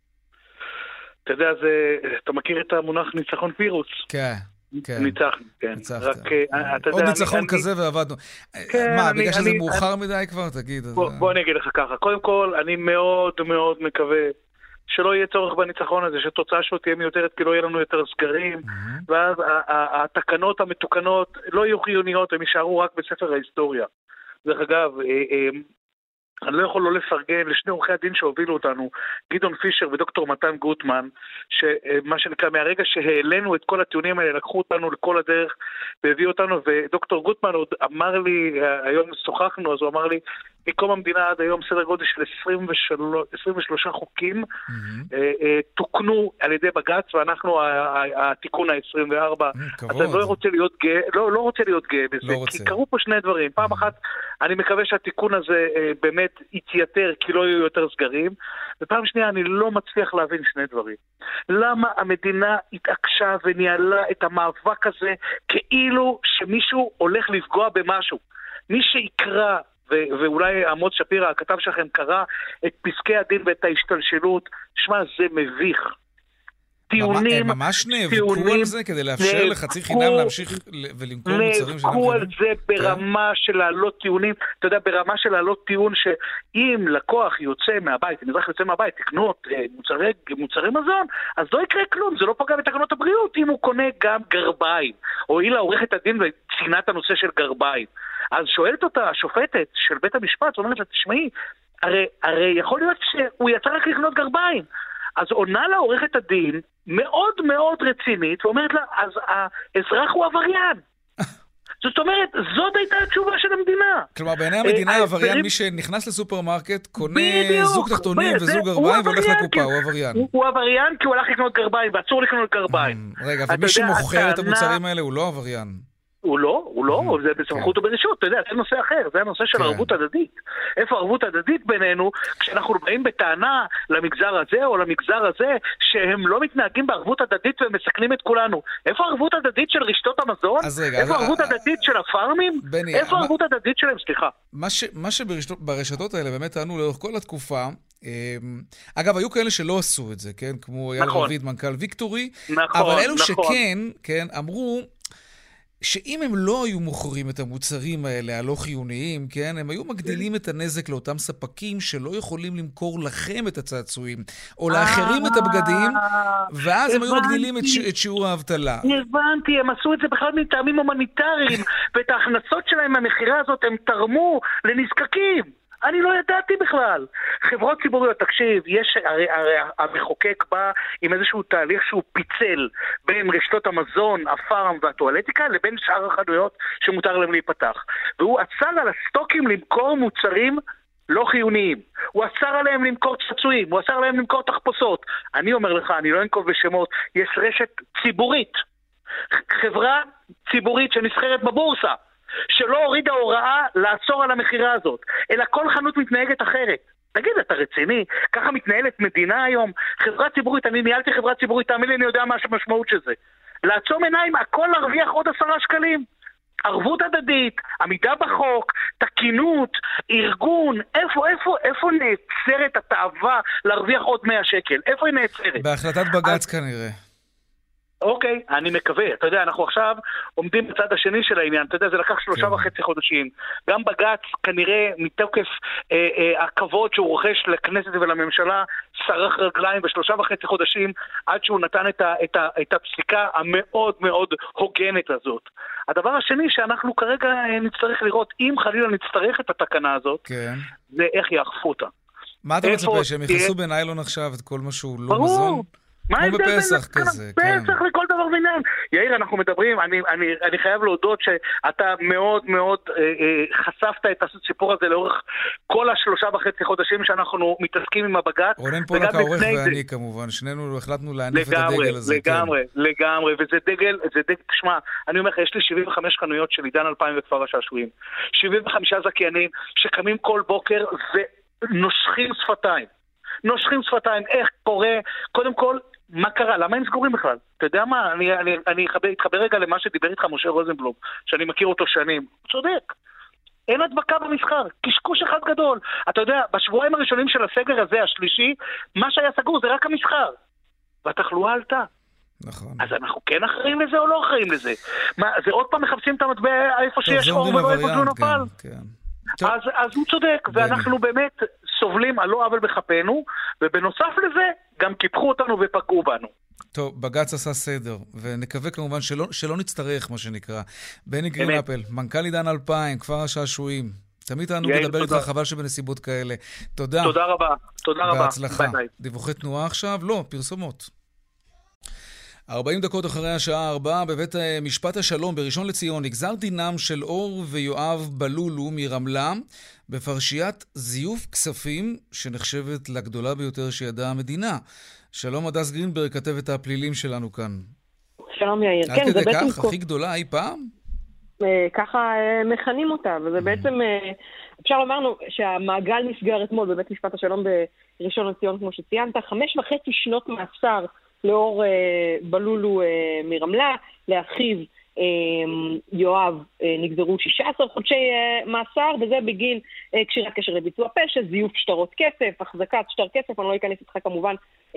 אתה יודע, זה, אתה מכיר את המונח ניצחון פירוס? כן, כן. ניצחנו, כן. ניצחת. עוד ניצחון כזה ועבדנו. מה, בגלל שזה מאוחר מדי כבר, תגיד. בוא אני אגיד לך ככה. קודם כל, אני מאוד מאוד מקווה שלא יהיה צורך בניצחון הזה, שתוצאה שלו תהיה מיותרת, כי לא יהיה לנו יותר סגרים, ואז התקנות המתוקנות לא יהיו חיוניות, הם יישארו רק בספר ההיסטוריה. דרך אגב, אני לא יכול לא לפרגן לשני עורכי הדין שהובילו אותנו, גדעון פישר ודוקטור מתן גוטמן, שמה שנקרא, מהרגע שהעלינו את כל הטיעונים האלה, לקחו אותנו לכל הדרך והביאו אותנו, ודוקטור גוטמן עוד אמר לי, היום שוחחנו, אז הוא אמר לי, מקום המדינה עד היום סדר גודל של עשרים ושלושה חוקים תוקנו על ידי בג"ץ, ואנחנו התיקון ה-עשרים וארבע. אז אני לא רוצה להיות גאה, לא, לא רוצה להיות גאה בזה, כי קרו פה שני דברים. פעם אחת, אני מקווה שהתיקון הזה באמת יתייתר, כי לא יהיו יותר סגרים, ופעם שנייה, אני לא מצליח להבין שני דברים. למה המדינה התעקשה וניהלה את המאבק הזה כאילו שמישהו הולך לפגוע במשהו? מי שיקרא, ו- ואולי עמוד שפירא, הכתב שלכם, קרא את פסקי הדין ואת ההשתלשלות, שמה, זה מביך. טיעונים... הם ממש נאבקו על זה כדי לאפשר לחצי חינם להמשיך ולמכור מוצרים שאינם נאבקו על חייבים? זה ברמה של להעלות טיעונים, אתה יודע, ברמה של להעלות טיעון שאם לקוח יוצא מהבית, אם אזרח יוצא מהבית, לקנות מוצרי, מוצרי מזון, אז לא יקרה כלום, זה לא פוגע בתקנות הבריאות אם הוא קונה גם גרביים. הואילה עורכת הדין וציינה את הנושא של גרביים. אז שואלת אותה השופטת של בית המשפט, אומרת לה, תשמעי, הרי, הרי יכול להיות שהוא יצא רק לקנות גרביים. אז עונה לה עורכת הדין מאוד מאוד רצינית, ואומרת לה, אז האזרח הוא עבריין. זאת אומרת, זאת הייתה התשובה של המדינה. כלומר, בעיני המדינה העבריין, מי שנכנס לסופרמרקט, קונה זוג תחתונים וזוג גרביים והולך לקופה, הוא עבריין. הוא עבריין כי הוא הלך לקנות גרביים, ואסור לקנות גרביים. רגע, ומי שמוכר את המוצרים האלה הוא לא עבריין. הוא לא, הוא לא, זה בסמכות וברשות, אתה יודע, זה נושא אחר, זה הנושא של ערבות הדדית. איפה ערבות הדדית בינינו, כשאנחנו באים בטענה למגזר הזה או למגזר הזה, שהם לא מתנהגים בערבות הדדית ומסכנים את כולנו? איפה ערבות הדדית של רשתות המזון? איפה ערבות הדדית של הפארמים? איפה ערבות הדדית שלהם? סליחה. מה שברשתות האלה באמת טענו לאורך כל התקופה, אגב, היו כאלה שלא עשו את זה, כן? כמו אייל רביד, מנכ"ל ויקטורי, אבל אלו שכן, כן, אמרו שאם הם לא היו מוכרים את המוצרים האלה הלא חיוניים, כן, הם היו מגדילים את הנזק לאותם ספקים שלא יכולים למכור לכם את הצעצועים, או לאחרים את הבגדים, ואז הם היו מגדילים את שיעור האבטלה. הבנתי, הם עשו את זה בכלל מטעמים הומניטריים, ואת ההכנסות שלהם מהמחירה הזאת הם תרמו לנזקקים. אני לא ידעתי בכלל. חברות ציבוריות, תקשיב, יש, הרי, הרי המחוקק בא עם איזשהו תהליך שהוא פיצל בין רשתות המזון, הפארם והטואלטיקה, לבין שאר החנויות שמותר להם להיפתח. והוא עצר על הסטוקים למכור מוצרים לא חיוניים. הוא אסר עליהם למכור צעצועים, הוא אסר עליהם למכור תחפושות. אני אומר לך, אני לא אנקוב בשמות, יש רשת ציבורית, חברה ציבורית שנסחרת בבורסה, שלא הורידה הוראה לעצור על המחירה הזאת, אלא כל חנות מתנהגת אחרת. תגיד, אתה רציני? ככה מתנהלת מדינה היום? חברה ציבורית, אני ניהלתי חברה ציבורית, תאמין לי, אני יודע מה המשמעות של זה. לעצום עיניים, הכל להרוויח עוד עשרה שקלים. ערבות הדדית, עמידה בחוק, תקינות, ארגון, איפה, איפה, איפה נעצרת התאווה להרוויח עוד מאה שקל? איפה היא נעצרת? בהחלטת בג"ץ כנראה. אוקיי, אני מקווה. אתה יודע, אנחנו עכשיו עומדים בצד השני של העניין. אתה יודע, זה לקח שלושה כן. וחצי חודשים. גם בג"ץ, כנראה, מתוקף אה, אה, הכבוד שהוא רוכש לכנסת ולממשלה, שרח רגליים בשלושה וחצי חודשים, עד שהוא נתן את, ה, את, ה, את הפסיקה המאוד מאוד הוגנת הזאת. הדבר השני שאנחנו כרגע נצטרך לראות, אם חלילה נצטרך את התקנה הזאת, כן. זה איך יאכפו אותה. מה אתה מצפה, שהם יכנסו בניילון עכשיו את כל משהו לא ברור. מזון? מה כמו בפסח כזה, כן. פסח לכל דבר ועניין. יאיר, אנחנו מדברים, אני, אני, אני חייב להודות שאתה מאוד מאוד אה, אה, חשפת את הסיפור הזה לאורך כל השלושה וחצי חודשים שאנחנו מתעסקים עם הבג"ץ. רונן פולק העורך ואני זה... כמובן, שנינו החלטנו להניף לגמרי, את הדגל הזה. לגמרי, כן. לגמרי, וזה דגל, זה דגל, תשמע, אני אומר לך, יש לי שבעים וחמש חנויות של עידן אלפיים וכפר השעשועים. שבעים וחמישה זכיינים שקמים כל בוקר ונושכים שפתיים. נושכים שפתיים, איך קורה, קודם כל, מה קרה? למה הם סגורים בכלל? אתה יודע מה? אני, אני, אני אתחבר רגע למה שדיבר איתך משה רוזנבלום, שאני מכיר אותו שנים. הוא צודק. אין הדבקה במסחר. קשקוש אחד גדול. אתה יודע, בשבועיים הראשונים של הסגר הזה, השלישי, מה שהיה סגור זה רק המסחר. והתחלואה עלתה. נכון. אז אנחנו כן אחראים לזה או לא אחראים לזה? מה, זה עוד פעם מחפשים את המטבע איפה שיש אור ולא איפה שהוא נפל? כן, כן. אז, אז הוא צודק, ואנחנו באמת סובלים על לא עוול בכפנו, ובנוסף לזה גם קיפחו אותנו ופגעו בנו. טוב, בג"ץ עשה סדר, ונקווה כמובן שלא, שלא נצטרך, מה שנקרא. בני גרינאפל, מנכ"ל עידן אלפיים, כפר השעשועים. תמיד תענוג לדבר איתך, חבל שבנסיבות כאלה. תודה. תודה רבה, תודה רבה. בהצלחה. דיווחי תנועה עכשיו? לא, פרסומות. ארבעים דקות אחרי השעה ארבע, בבית משפט השלום בראשון לציון, נגזר דינם של אור ויואב בלולו מרמלה, בפרשיית זיוף כספים, שנחשבת לגדולה ביותר שידעה המדינה. שלום הדס גרינברג, כתבת הפלילים שלנו כאן. שלום יאיר. עד כדי כך, הכי גדולה אי פעם? ככה מכנים אותה, וזה בעצם, אפשר לומר שהמעגל נסגר אתמול בבית משפט השלום בראשון לציון, כמו שציינת, חמש וחצי שנות מאסר לאור בלולו מרמלה, לאחיו יואב נגזרו שישה עשר חודשי מאסר, וזה בגין קשירת קשר לביצוע פשע, זיוף שטרות כסף, החזקת שטר כסף, אני לא אכנס איתך כמובן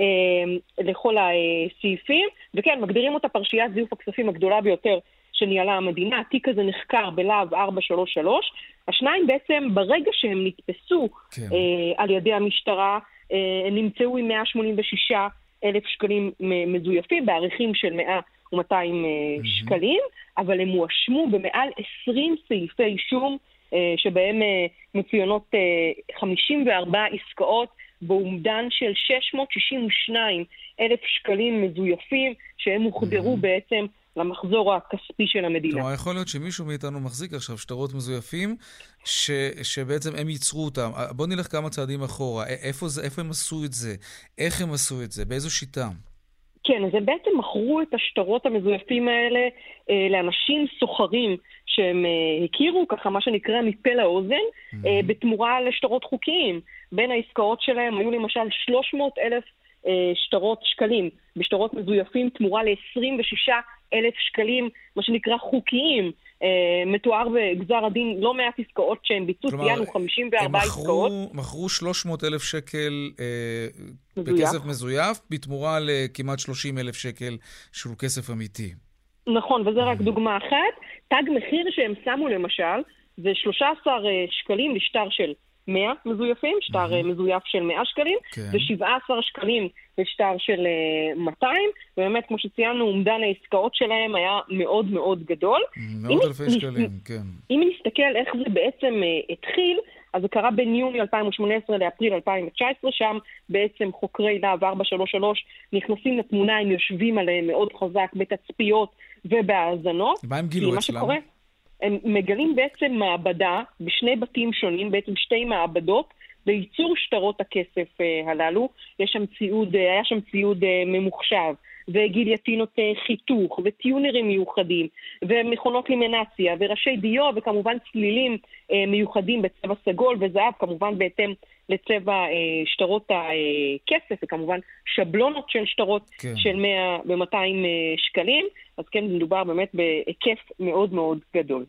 לכל הסעיפים, וכן, מגדירים אותה פרשיית זיוף הכספים הגדולה ביותר שניהלה המדינה. התיק הזה נחקר בלהב ארבע שלוש שלוש. השניים בעצם ברגע שהם נתפסו כן. על ידי המשטרה, הם נמצאו עם מאה שמונים ושישה אלף שקלים מזויפים, בעריכים של מאה ומאתיים mm-hmm. שקלים, אבל הם הואשמו במעל עשרים סעיפי אישום, שבהם מצוינות חמישים וארבע עסקאות, באומדן של שש מאות שישים ושניים אלף שקלים מזויפים, שהם הוחדרו mm-hmm. בעצם למחזור הכספי של המדינה. כלומר, יכול להיות שמישהו מאיתנו מחזיק עכשיו שטרות מזויפים, ש, שבעצם הם ייצרו אותם. בוא נלך כמה צעדים אחורה. איפה זה, איפה הם עשו את זה? איך הם עשו את זה? באיזו שיטה? כן, אז הם בעצם מכרו את השטרות המזויפים האלה אה, לאנשים סוחרים שהם אה, הכירו, ככה מה שנקרא מפה לאוזן, mm-hmm. אה, בתמורה לשטרות חוקיים. בין העסקאות שלהם היו למשל שלוש מאות אלף אה, שטרות שקלים בשטרות מזויפים, תמורה ל-עשרים ושישה אלף שקלים, מה שנקרא חוקיים. אה, מתואר בגזר הדין לא מעט עסקאות שהם ביצעו, ציינו חמישים וארבע עסקאות. הם מכרו שלוש מאות אלף שקל אה, בכסף מזויף, בתמורה לכמעט שלושים אלף שקל שהוא כסף אמיתי. נכון, וזה רק דוגמה אחת. תג מחיר שהם שמו למשל, זה שלושה עשר שקלים לשטר של מאה מזויפים, שטר mm-hmm. מזויף של מאה שקלים, כן. ו-שבעה עשר שקלים לשטר של מאתיים, ובאמת, כמו שציינו, אומדן העסקאות שלהם היה מאוד מאוד גדול. מאות אלפי נס... שקלים, כן. אם נסתכל איך זה בעצם uh, התחיל, אז זה קרה בין יוני אלפיים שמונה עשרה לאפריל אלפיים תשע עשרה, שם בעצם חוקרי להב ארבע שלוש שלוש נכנסים לתמונה, הם יושבים עליהם מאוד חזק בתצפיות ובהאזנות. מה הם גילו אצלם? שקורה, הם מגלים בעצם מעבדה בשני בתים שונים, בעצם שתי מעבדות, לייצור שטרות הכסף uh, הללו. יש שם ציוד, uh, היה שם ציוד uh, ממוחשב, וגיליוטינות uh, חיתוך, וטיונרים מיוחדים, ומכונות לימינציה, וראשי דיו, וכמובן צלילים uh, מיוחדים בצבע סגול וזהב, כמובן בהתאם לצבע uh, שטרות הכסף, וכמובן שבלונות של שטרות כן. של מאה ומאתיים uh, שקלים. אז כן, מדובר באמת בהיקף מאוד מאוד גדול.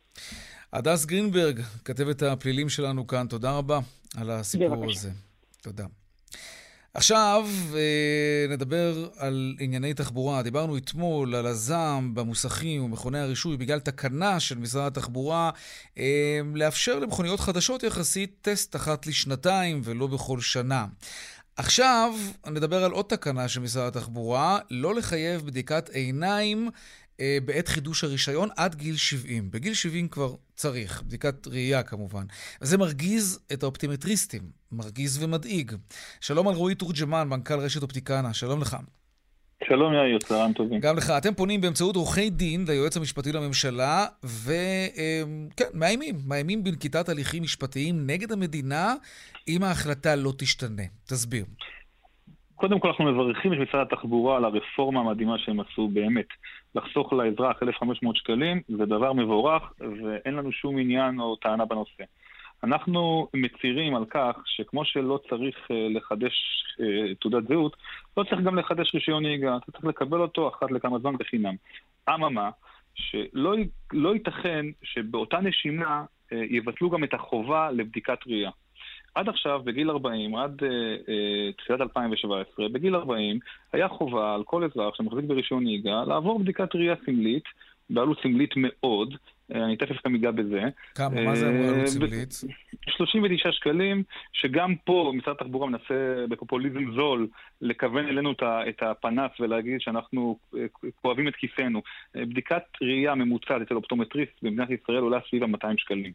הדס גרינברג, כתבת הפלילים שלנו כאן, תודה רבה על הסיפור בבקשה. הזה. תודה. עכשיו נדבר על ענייני תחבורה. דיברנו אתמול על הזעם במוסכים ומכוני הרישוי בגלל תקנה של משרד התחבורה לאפשר למכוניות חדשות יחסית טסט אחת לשנתיים ולא בכל שנה. עכשיו נדבר על עוד תקנה של משרד התחבורה, לא לחייב בדיקת עיניים אה, בעת חידוש הרישיון עד גיל שבעים. בגיל שבעים כבר צריך, בדיקת ראייה כמובן. וזה מרגיז את האופטימטריסטים, מרגיז ומדאיג. שלום על רועי תורג'מן, מנכ"ל רשת אופטיקנה, שלום לך. שלום יאיר, צהריים טובים. גם לך, אתם פונים באמצעות עורכי דין ליועץ המשפטי לממשלה, וכן, מאיימים, מאיימים בנקיטת הליכים משפטיים נגד המדינה, אם ההחלטה לא תשתנה. תסביר. קודם כל אנחנו מברכים את משרד התחבורה על הרפורמה המדהימה שהם עשו באמת. לחסוך לאזרח אלף וחמש מאות שקלים, זה דבר מבורך, ואין לנו שום עניין או טענה בנושא. אנחנו מצירים על כך שכמו שלא צריך לחדש תעודת זהות, לא צריך גם לחדש רישיון נהיגה, אתה צריך לקבל אותו אחת לכמה זמן בחינם. אממה, שלא לא ייתכן שבאותה נשימה יבטלו גם את החובה לבדיקת ראייה. עד עכשיו, בגיל ארבעים, עד תחילת אלפיים שבע עשרה, בגיל ארבעים היה חובה על כל אזרח שמחזיק ברישיון נהיגה לעבור בדיקת ראייה סמלית, בעלות סמלית מאוד, אני תכף גם אגע בזה. כמה? מה זה בעלות סמלית? שלושים ותשעה שקלים, שגם פה משרד התחבורה מנסה בפופוליזם זול לכוון אלינו את הפנס ולהגיד שאנחנו כואבים את כיסנו. בדיקת ראייה ממוצעת אצל אופטומטריסט במדינת ישראל עולה סביב מאתיים שקלים.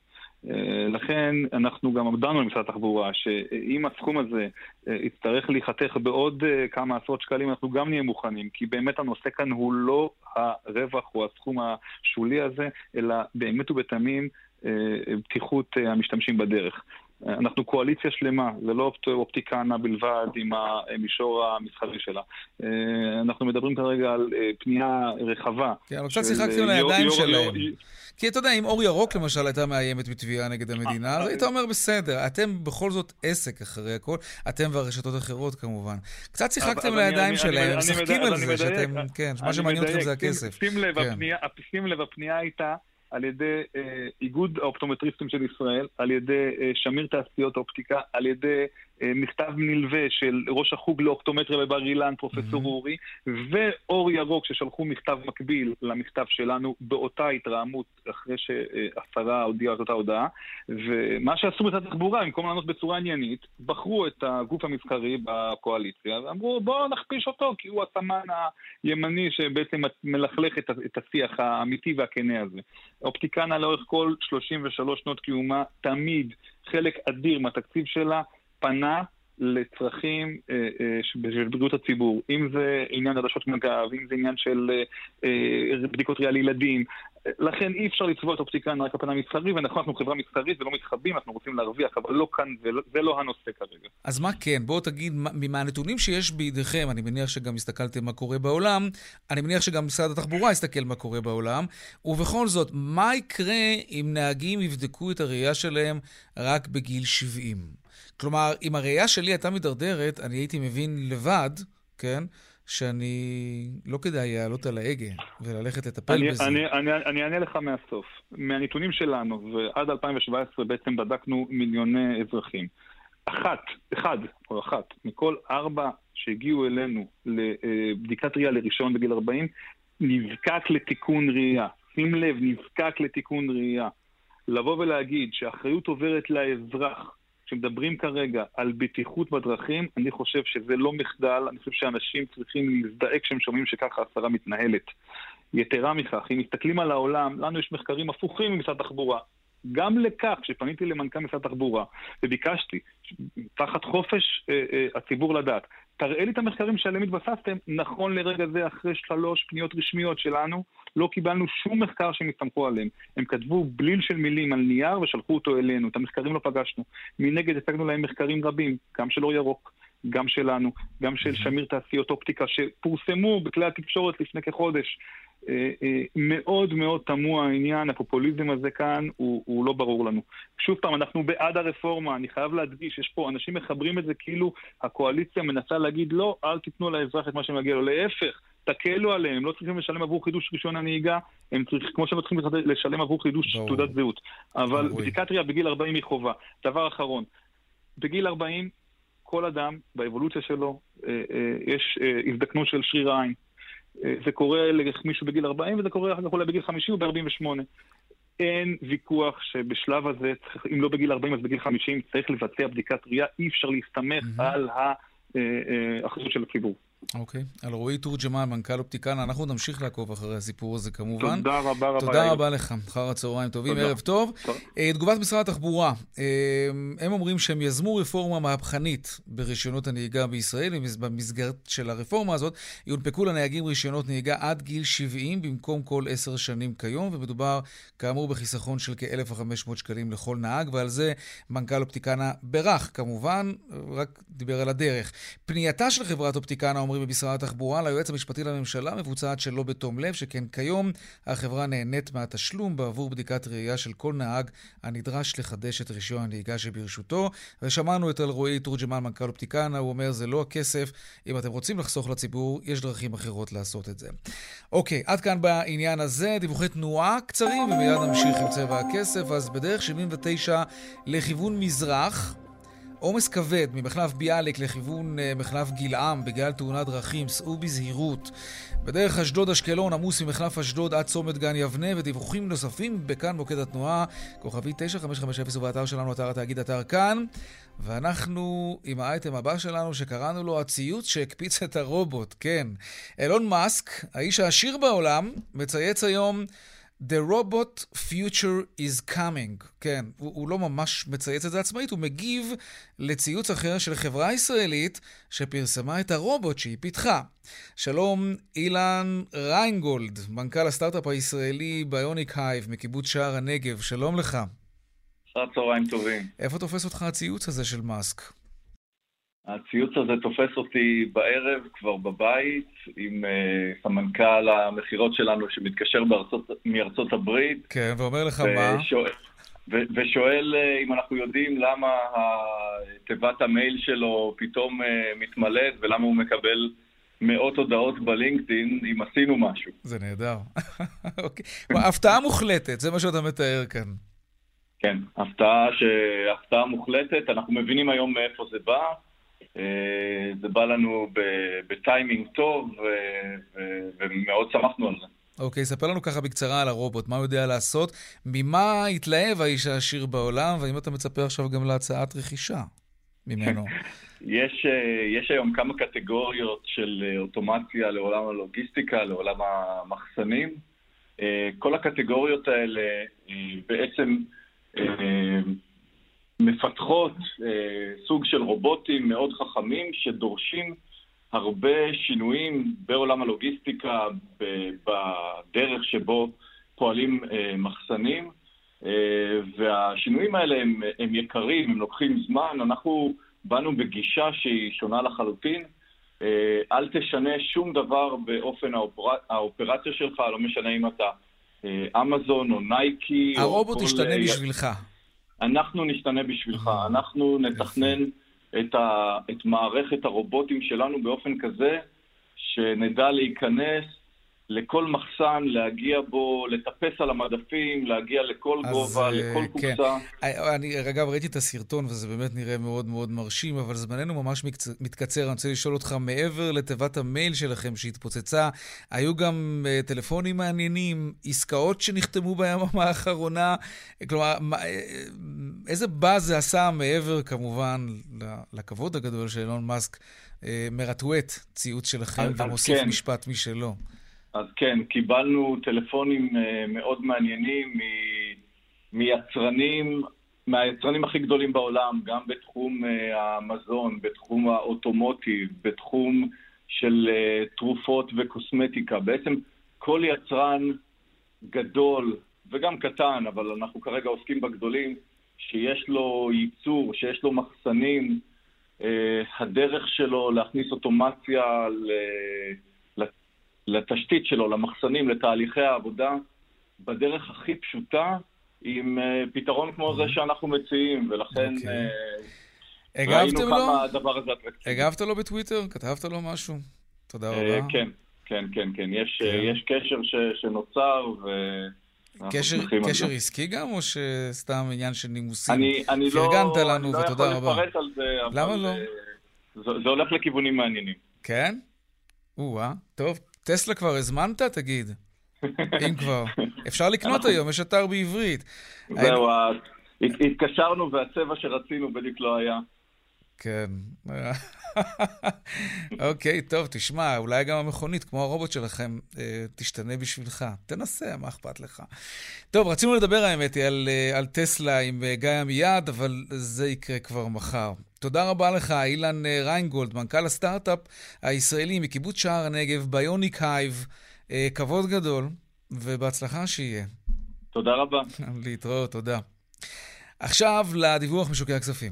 לכן אנחנו גם עמדנו למשרד התחבורה שאם הסכום הזה יצטרך להיחתך בעוד כמה עשרות שקלים, אנחנו גם נהיה מוכנים, כי באמת הנושא כאן הוא לא הרווח או הסכום השולי הזה, אלא באמת ובתמים פתיחות המשתמשים בדרך. אנחנו קואליציה שלמה, זה לא אופטיקנה בלבד עם המישור המסחרי שלה. אנחנו מדברים כרגע על פנייה רחבה. כן, אבל קצת שיחקתם לידיים שלהם. כי אתה יודע, אם אור ירוק למשל הייתה מאיימת בתביעה נגד המדינה, אז היית אומר בסדר, אתם בכל זאת עסק אחרי הכל, אתם והרשתות אחרות כמובן. קצת שיחקתם לידיים שלהם, משחקים על זה שאתם, כן, מה שמעניין אתכם זה הכסף. שים לב, הפנייה הייתה על ידי אה, איגוד האופטומטריסטים של ישראל, על ידי אה, שמיר תעשיות אופטיקה, על ידי אה, מכתב נלווה של ראש החוג לאופטומטריה בבר אילן, פרופסור אורי, mm-hmm. ואור ירוק ששלחו מכתב מקביל למכתב שלנו באותה התרעמות אחרי שהשרה הודיעה את אותה הודעה, ומה שעשו בצד התחבורה, במקום לענות בצורה עניינית, בחרו את הגוף המסחרי בקואליציה, ואמרו בואו נכפיש אותו, כי הוא הסמן הימני שבעצם מלכלך את, את השיח האמיתי והכנה הזה. אופטיקנה לאורך כל שלושים ושלוש שנות קיומה, תמיד חלק אדיר מהתקציב שלה פנה לצרכים אה, אה, של בריאות הציבור. אם זה עניין עדשות מגע, אם זה עניין של אה, בדיקות ריאה לילדים. לכן אי אפשר לצבוע את אופטיקנה רק הפנה מסחרי, ונכון, אנחנו חברה מסחרית ולא מתחבים, אנחנו רוצים להרוויח, אבל לא כאן, זה לא, זה לא הנושא כרגע. אז מה כן? בואו תגיד, מהנתונים שיש בידיכם, אני מניח שגם הסתכלתם מה קורה בעולם, אני מניח שגם משרד התחבורה הסתכל מה קורה בעולם, ובכל זאת, מה יקרה אם נהגים יבדקו את הראייה שלהם רק בגיל שבעים? כלומר, אם הראייה שלי הייתה מדרדרת, אני הייתי מבין לבד, כן? שאני לא כדאי לעלות על ההגה וללכת לטפל אני, בזה. אני, אני, אני אענה לך מהסוף. מהנתונים שלנו, ועד אלפיים שבע עשרה בעצם בדקנו מיליוני אזרחים. אחת, אחד או אחת, מכל ארבע שהגיעו אלינו לבדיקת ראייה לראשון בגיל ארבעים, נזקק לתיקון ראייה. שים לב, נזקק לתיקון ראייה. לבוא ולהגיד שהאחריות עוברת לאזרח, כשמדברים כרגע על בטיחות בדרכים, אני חושב שזה לא מחדל, אני חושב שאנשים צריכים להזדעק כשהם שומעים שככה השרה מתנהלת. יתרה מכך, אם מסתכלים על העולם, לנו יש מחקרים הפוכים ממשרד התחבורה. גם לכך, כשפניתי למנכ"ל משרד התחבורה, וביקשתי, תחת חופש אה, אה, הציבור לדעת, תראה לי את המחקרים שעליהם התבססתם, נכון לרגע זה, אחרי שלוש פניות רשמיות שלנו, לא קיבלנו שום מחקר שהם הסתמכו עליהם. הם כתבו בליל של מילים על נייר ושלחו אותו אלינו. את המחקרים לא פגשנו. מנגד הצגנו להם מחקרים רבים, גם של אור ירוק, גם שלנו, גם של שמיר תעשיות אופטיקה, שפורסמו בכלי התקשורת לפני כחודש. מאוד מאוד תמוה העניין, הפופוליזם הזה כאן הוא, הוא לא ברור לנו. שוב פעם, אנחנו בעד הרפורמה, אני חייב להדגיש, יש פה אנשים מחברים את זה כאילו הקואליציה מנסה להגיד לא, אל תיתנו לאזרח את מה שמגיע לו, להפך, תקלו עליהם, לא צריכים לשלם עבור חידוש רישיון הנהיגה, הם צריכים, כמו שהם צריכים לשלם עבור חידוש ברור. תעודת זהות. אבל בדיקת ראייה בגיל ארבעים היא חובה. דבר אחרון, בגיל ארבעים כל אדם באבולוציה שלו יש הזדקנות של שריר העין. זה קורה למישהו בגיל ארבעים, וזה קורה אחר כך אולי בגיל חמישים או ב-ארבעים ושמונה. אין ויכוח שבשלב הזה, אם לא בגיל ארבעים אז בגיל חמישים, צריך לבצע בדיקת ראייה, אי אפשר להסתמך mm-hmm. על האחריות של הציבור. אוקיי. על רועי תורג'מן, מנכ"ל אופטיקנה, אנחנו נמשיך לעקוב אחרי הסיפור הזה כמובן. תודה רבה רבה. תודה רבה לך. אחר הצהריים טובים, ערב טוב. תגובת משרד התחבורה. הם אומרים שהם יזמו רפורמה מהפכנית ברישיונות הנהיגה בישראל, במסגרת של הרפורמה הזאת יונפקו לנהגים רישיונות נהיגה עד גיל שבעים במקום כל עשר שנים כיום, ומדובר כאמור בחיסכון של כ-אלף וחמש מאות שקלים לכל נהג, ועל זה מנכ"ל אופטיקנה ברח כמובן, רק דיבר על הדרך. פנייתה של חברת אופטיקנה אומרים במשרד התחבורה ליועץ המשפטי לממשלה מבוצעת שלא בתום לב, שכן כיום החברה נהנית מהתשלום בעבור בדיקת ראייה של כל נהג הנדרש לחדש את רישיון הנהיגה שברשותו. ושמענו את רועי תורג'מן, מנכ"ל אופטיקנה, הוא אומר זה לא הכסף, אם אתם רוצים לחסוך לציבור יש דרכים אחרות לעשות את זה. אוקיי, עד כאן בעניין הזה, דיווחי תנועה קצרים ומיד נמשיך עם צבע הכסף. אז בדרך שבעים ותשע לכיוון מזרח, עומס כבד ממחלף ביאליק לכיוון מחלף גילעם בגלל תאונת דרכים, סעו בזהירות. בדרך אשדוד אשקלון עמוס ממחלף אשדוד עד צומת גן יבנה, ודיווחים נוספים בכאן מוקד התנועה, כוכבי תשע חמש חמש אפס ובאתר שלנו, אתר התאגיד, אתר כאן. ואנחנו עם האייטם הבא שלנו שקראנו לו הציוץ שהקפיץ את הרובוט. כן, אילון מאסק, האיש העשיר בעולם, מצייץ היום The robot future is coming. כן, הוא, הוא לא ממש מצייץ את זה עצמאית, הוא מגיב לציוץ אחר של חברה ישראלית שפרסמה את הרובוט שהיא פיתחה. שלום, אילן ריינגולד, מנכ"ל הסטארט-אפ הישראלי ביוניק הייב מקיבוץ שער הנגב. שלום לך. אחר צהריים טובים. איפה תופס אותך הציוץ הזה של מאסק? הציוץ הזה תופס אותי בערב כבר בבית עם uh, סמנכ"ל המחירות שלנו שמתקשר בארצות, מארצות הברית. כן, ואומר לך מה? ושואל, ו- ושואל uh, אם אנחנו יודעים למה תיבת המייל שלו פתאום uh, מתמלאת ולמה הוא מקבל מאות הודעות בלינקדאין אם עשינו משהו. זה נהדר. אוקיי. הפתעה מוחלטת, זה מה שאתה מתאר כאן. כן, הפתעה, ש... הפתעה מוחלטת. אנחנו מבינים היום מאיפה זה בא. זה בא לנו בטיימינג טוב, ומאוד שמחנו על זה. אוקיי, ספר לנו ככה בקצרה על הרובוט, מה הוא יודע לעשות, ממה התלהב האיש העשיר בעולם, והאם אתה מצפה עכשיו גם להצעת רכישה ממנו? יש, יש היום כמה קטגוריות של אוטומציה לעולם הלוגיסטיקה, לעולם המחסנים. כל הקטגוריות האלה בעצם מפתחות סוג של רובוטים מאוד חכמים שדורשים הרבה שינויים בעולם הלוגיסטיקה, בדרך שבו פועלים מחסנים, והשינויים האלה הם, הם יקרים, הם לוקחים זמן. אנחנו באנו בגישה שהיא שונה לחלוטין. אל תשנה שום דבר באופן האופר... האופרציה שלך, לא משנה אם אתה אמזון או נייקי. הרובוט או ישתנה כל... בשבילך. אנחנו נשתנה בשבילך. אנחנו נתכנן את, ה... את מערכת הרובוטים שלנו באופן כזה שנדע להיכנס לכל מחסן, להגיע בו, לטפס על המדפים, להגיע לכל גובה, לכל כן. קופסה. אני, אגב, ראיתי את הסרטון, וזה באמת נראה מאוד מאוד מרשים, אבל זמננו ממש מתקצר. אני רוצה לשאול אותך, מעבר לתיבת המייל שלכם שהתפוצצה, היו גם uh, טלפונים מעניינים, עסקאות שנחתמו ביממה האחרונה, כלומר, מה, איזה באז זה עשה מעבר, כמובן, לכבוד הגדול של אילון מאסק, uh, מרטווט ציוץ שלכם, אז, ומוסיף כן. משפט משלו. אז כן, קיבלנו טלפונים מאוד מעניינים מ- מיצרנים, מהיצרנים הכי גדולים בעולם, גם בתחום המזון, בתחום האוטומוטיב, בתחום של תרופות וקוסמטיקה. בעצם כל יצרן גדול וגם קטן, אבל אנחנו כרגע עוסקים בגדולים, שיש לו ייצור, שיש לו מחסנים, הדרך שלו להכניס אוטומציה ל... לתשתית שלו, למחסנים, לתהליכי העבודה, בדרך הכי פשוטה, עם uh, פתרון כמו זה שאנחנו מציעים, ולכן okay. uh, ראינו לו? כמה הדבר הזה אטרקטיבי. הגבת לו בטוויטר? כתבת לו משהו? תודה רבה. Uh, כן, כן, כן, כן. יש, כן. Uh, יש קשר ש, שנוצר, ו... קשר, קשר עסקי גם, או שסתם עניין של נימוסים? אני, אני פרגנת לא, לנו, אני ותודה לא רבה. יכול לפרט על זה, אבל... למה לא? זה, זה הולך לכיוונים מעניינים. כן? או-אה, טוב. טסלה כבר הזמנת, תגיד? אם כבר. אפשר לקנות היום, יש אתר בעברית. זהו, התקשרנו והצבע שרצינו בדיוק לא היה. כן. אוקיי, טוב, תשמע, אולי גם המכונית, כמו הרובוט שלכם, תשתנה בשבילך. תנסה, מה אכפת לך. טוב, רצינו לדבר, האמת היא, על, על טסלה עם גיא עמיעד, אבל זה יקרה כבר מחר. תודה רבה לך, אילן ריינגולד, מנכ"ל הסטארט-אפ הישראלי מקיבוץ שער הנגב, ביוניק הייב. כבוד גדול, ובהצלחה שיהיה. תודה רבה. להתראות, תודה. עכשיו לדיווח משוקי הכספים.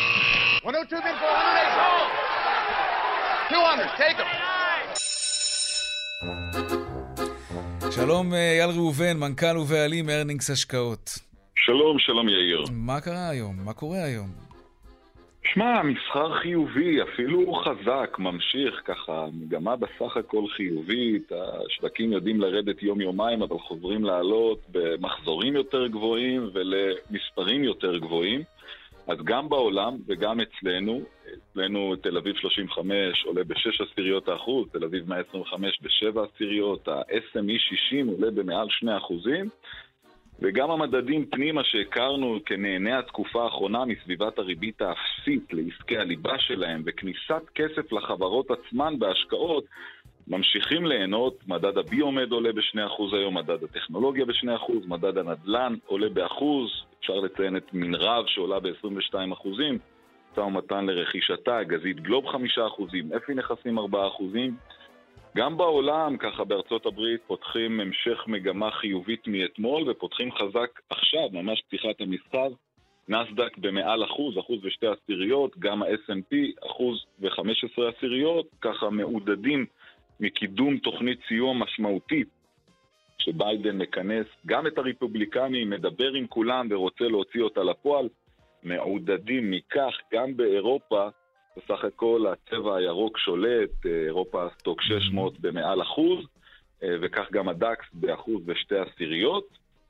שלום אייל ראובן, מנכ"ל ובעלים ארנינגס השקעות. שלום, שלום יאיר. מה קרה היום? מה קורה היום? שמע, מסחר חיובי, אפילו חזק, ממשיך ככה, מגמה בסך הכל חיובית, השווקים יודעים לרדת יום-יומיים, אבל חוזרים לעלות במחזורים יותר גבוהים ולמספרים יותר גבוהים. אז גם בעולם וגם אצלנו, אצלנו תל אביב שלושים וחמש עולה בשש עשיריות האחוז, תל אביב מאה עשרים וחמש בשבע עשיריות, ה-אס אם אי שישים עולה במעל שני אחוזים, וגם המדדים פנימה שהכרנו כנהני התקופה האחרונה מסביבת הריבית האפסית לעסקי הליבה שלהם וכניסת כסף לחברות עצמן בהשקעות, ממשיכים ליהנות. מדד הביומד עולה ב-שני אחוז היום, מדד הטכנולוגיה ב-שני אחוז, מדד הנדלן עולה באחוז, אפשר לציין את מנרב שעולה ב-עשרים ושתיים אחוזים, משא ומתן לרכישתה, גזית גלוב חמישה אחוזים, אפי נכסים ארבעה אחוזים. גם בעולם, ככה בארצות הברית, פותחים המשך מגמה חיובית מאתמול, ופותחים חזק עכשיו, ממש פתיחת המסחר, נסדק במעל אחוז, אחוז ושתי עשיריות, גם ה-אס אנד פי אחוז וחמש עשרה עשיריות, ככה מעודדים מקידום תוכנית סיוע משמעותית שביידן מכנס גם את הרפובליקנים, מדבר עם כולם ורוצה להוציא אותה לפועל, מעודדים מכך גם באירופה, בסך הכל הצבע הירוק שולט, אירופה סטוק שש מאות במעל אחוז, וכך גם הדקס באחוז ושתי עשיריות.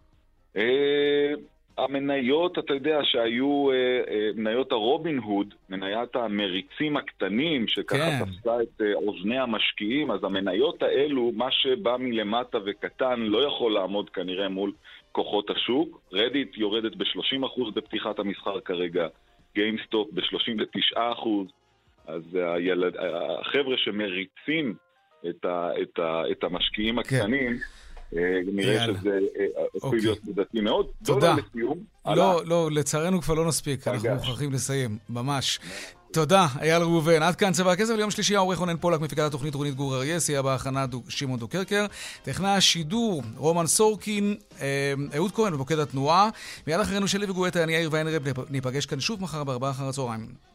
המניות, אתה יודע, שהיו מניות הרובין הוד, מניית המריצים הקטנים, שככה תפסה את אוזני המשקיעים, אז המניות האלו, מה שבא מלמטה וקטן, לא יכול לעמוד כנראה מול כוחות השוק. רדיט יורדת ב-שלושים אחוז בפתיחת המסחר כרגע, גיימסטופ ב-שלושים ותשעה אחוז, אז הילד, החבר'ה שמריצים את, ה, את, ה, את המשקיעים הקטנים, נראה שזה עשוי להיות מודתי מאוד. תודה. לא, לא, לצערנו כבר לא נספיק, אנחנו מוכרחים לסיים, ממש. תודה, אייל ראובן. עד כאן צבע הכסף. ליום שלישי העורך רונן פולק, מפיקת התוכנית רונית גור אריה, סייע בהכנה שמעון דוקרקר, טכנאי השידור רומן סורקין, אהוד כהן במוקד התנועה. מיד אחרינו שלי וגואטה, אני יאיר ויינרב, ניפגש כאן שוב מחר בארבע אחר הצהריים.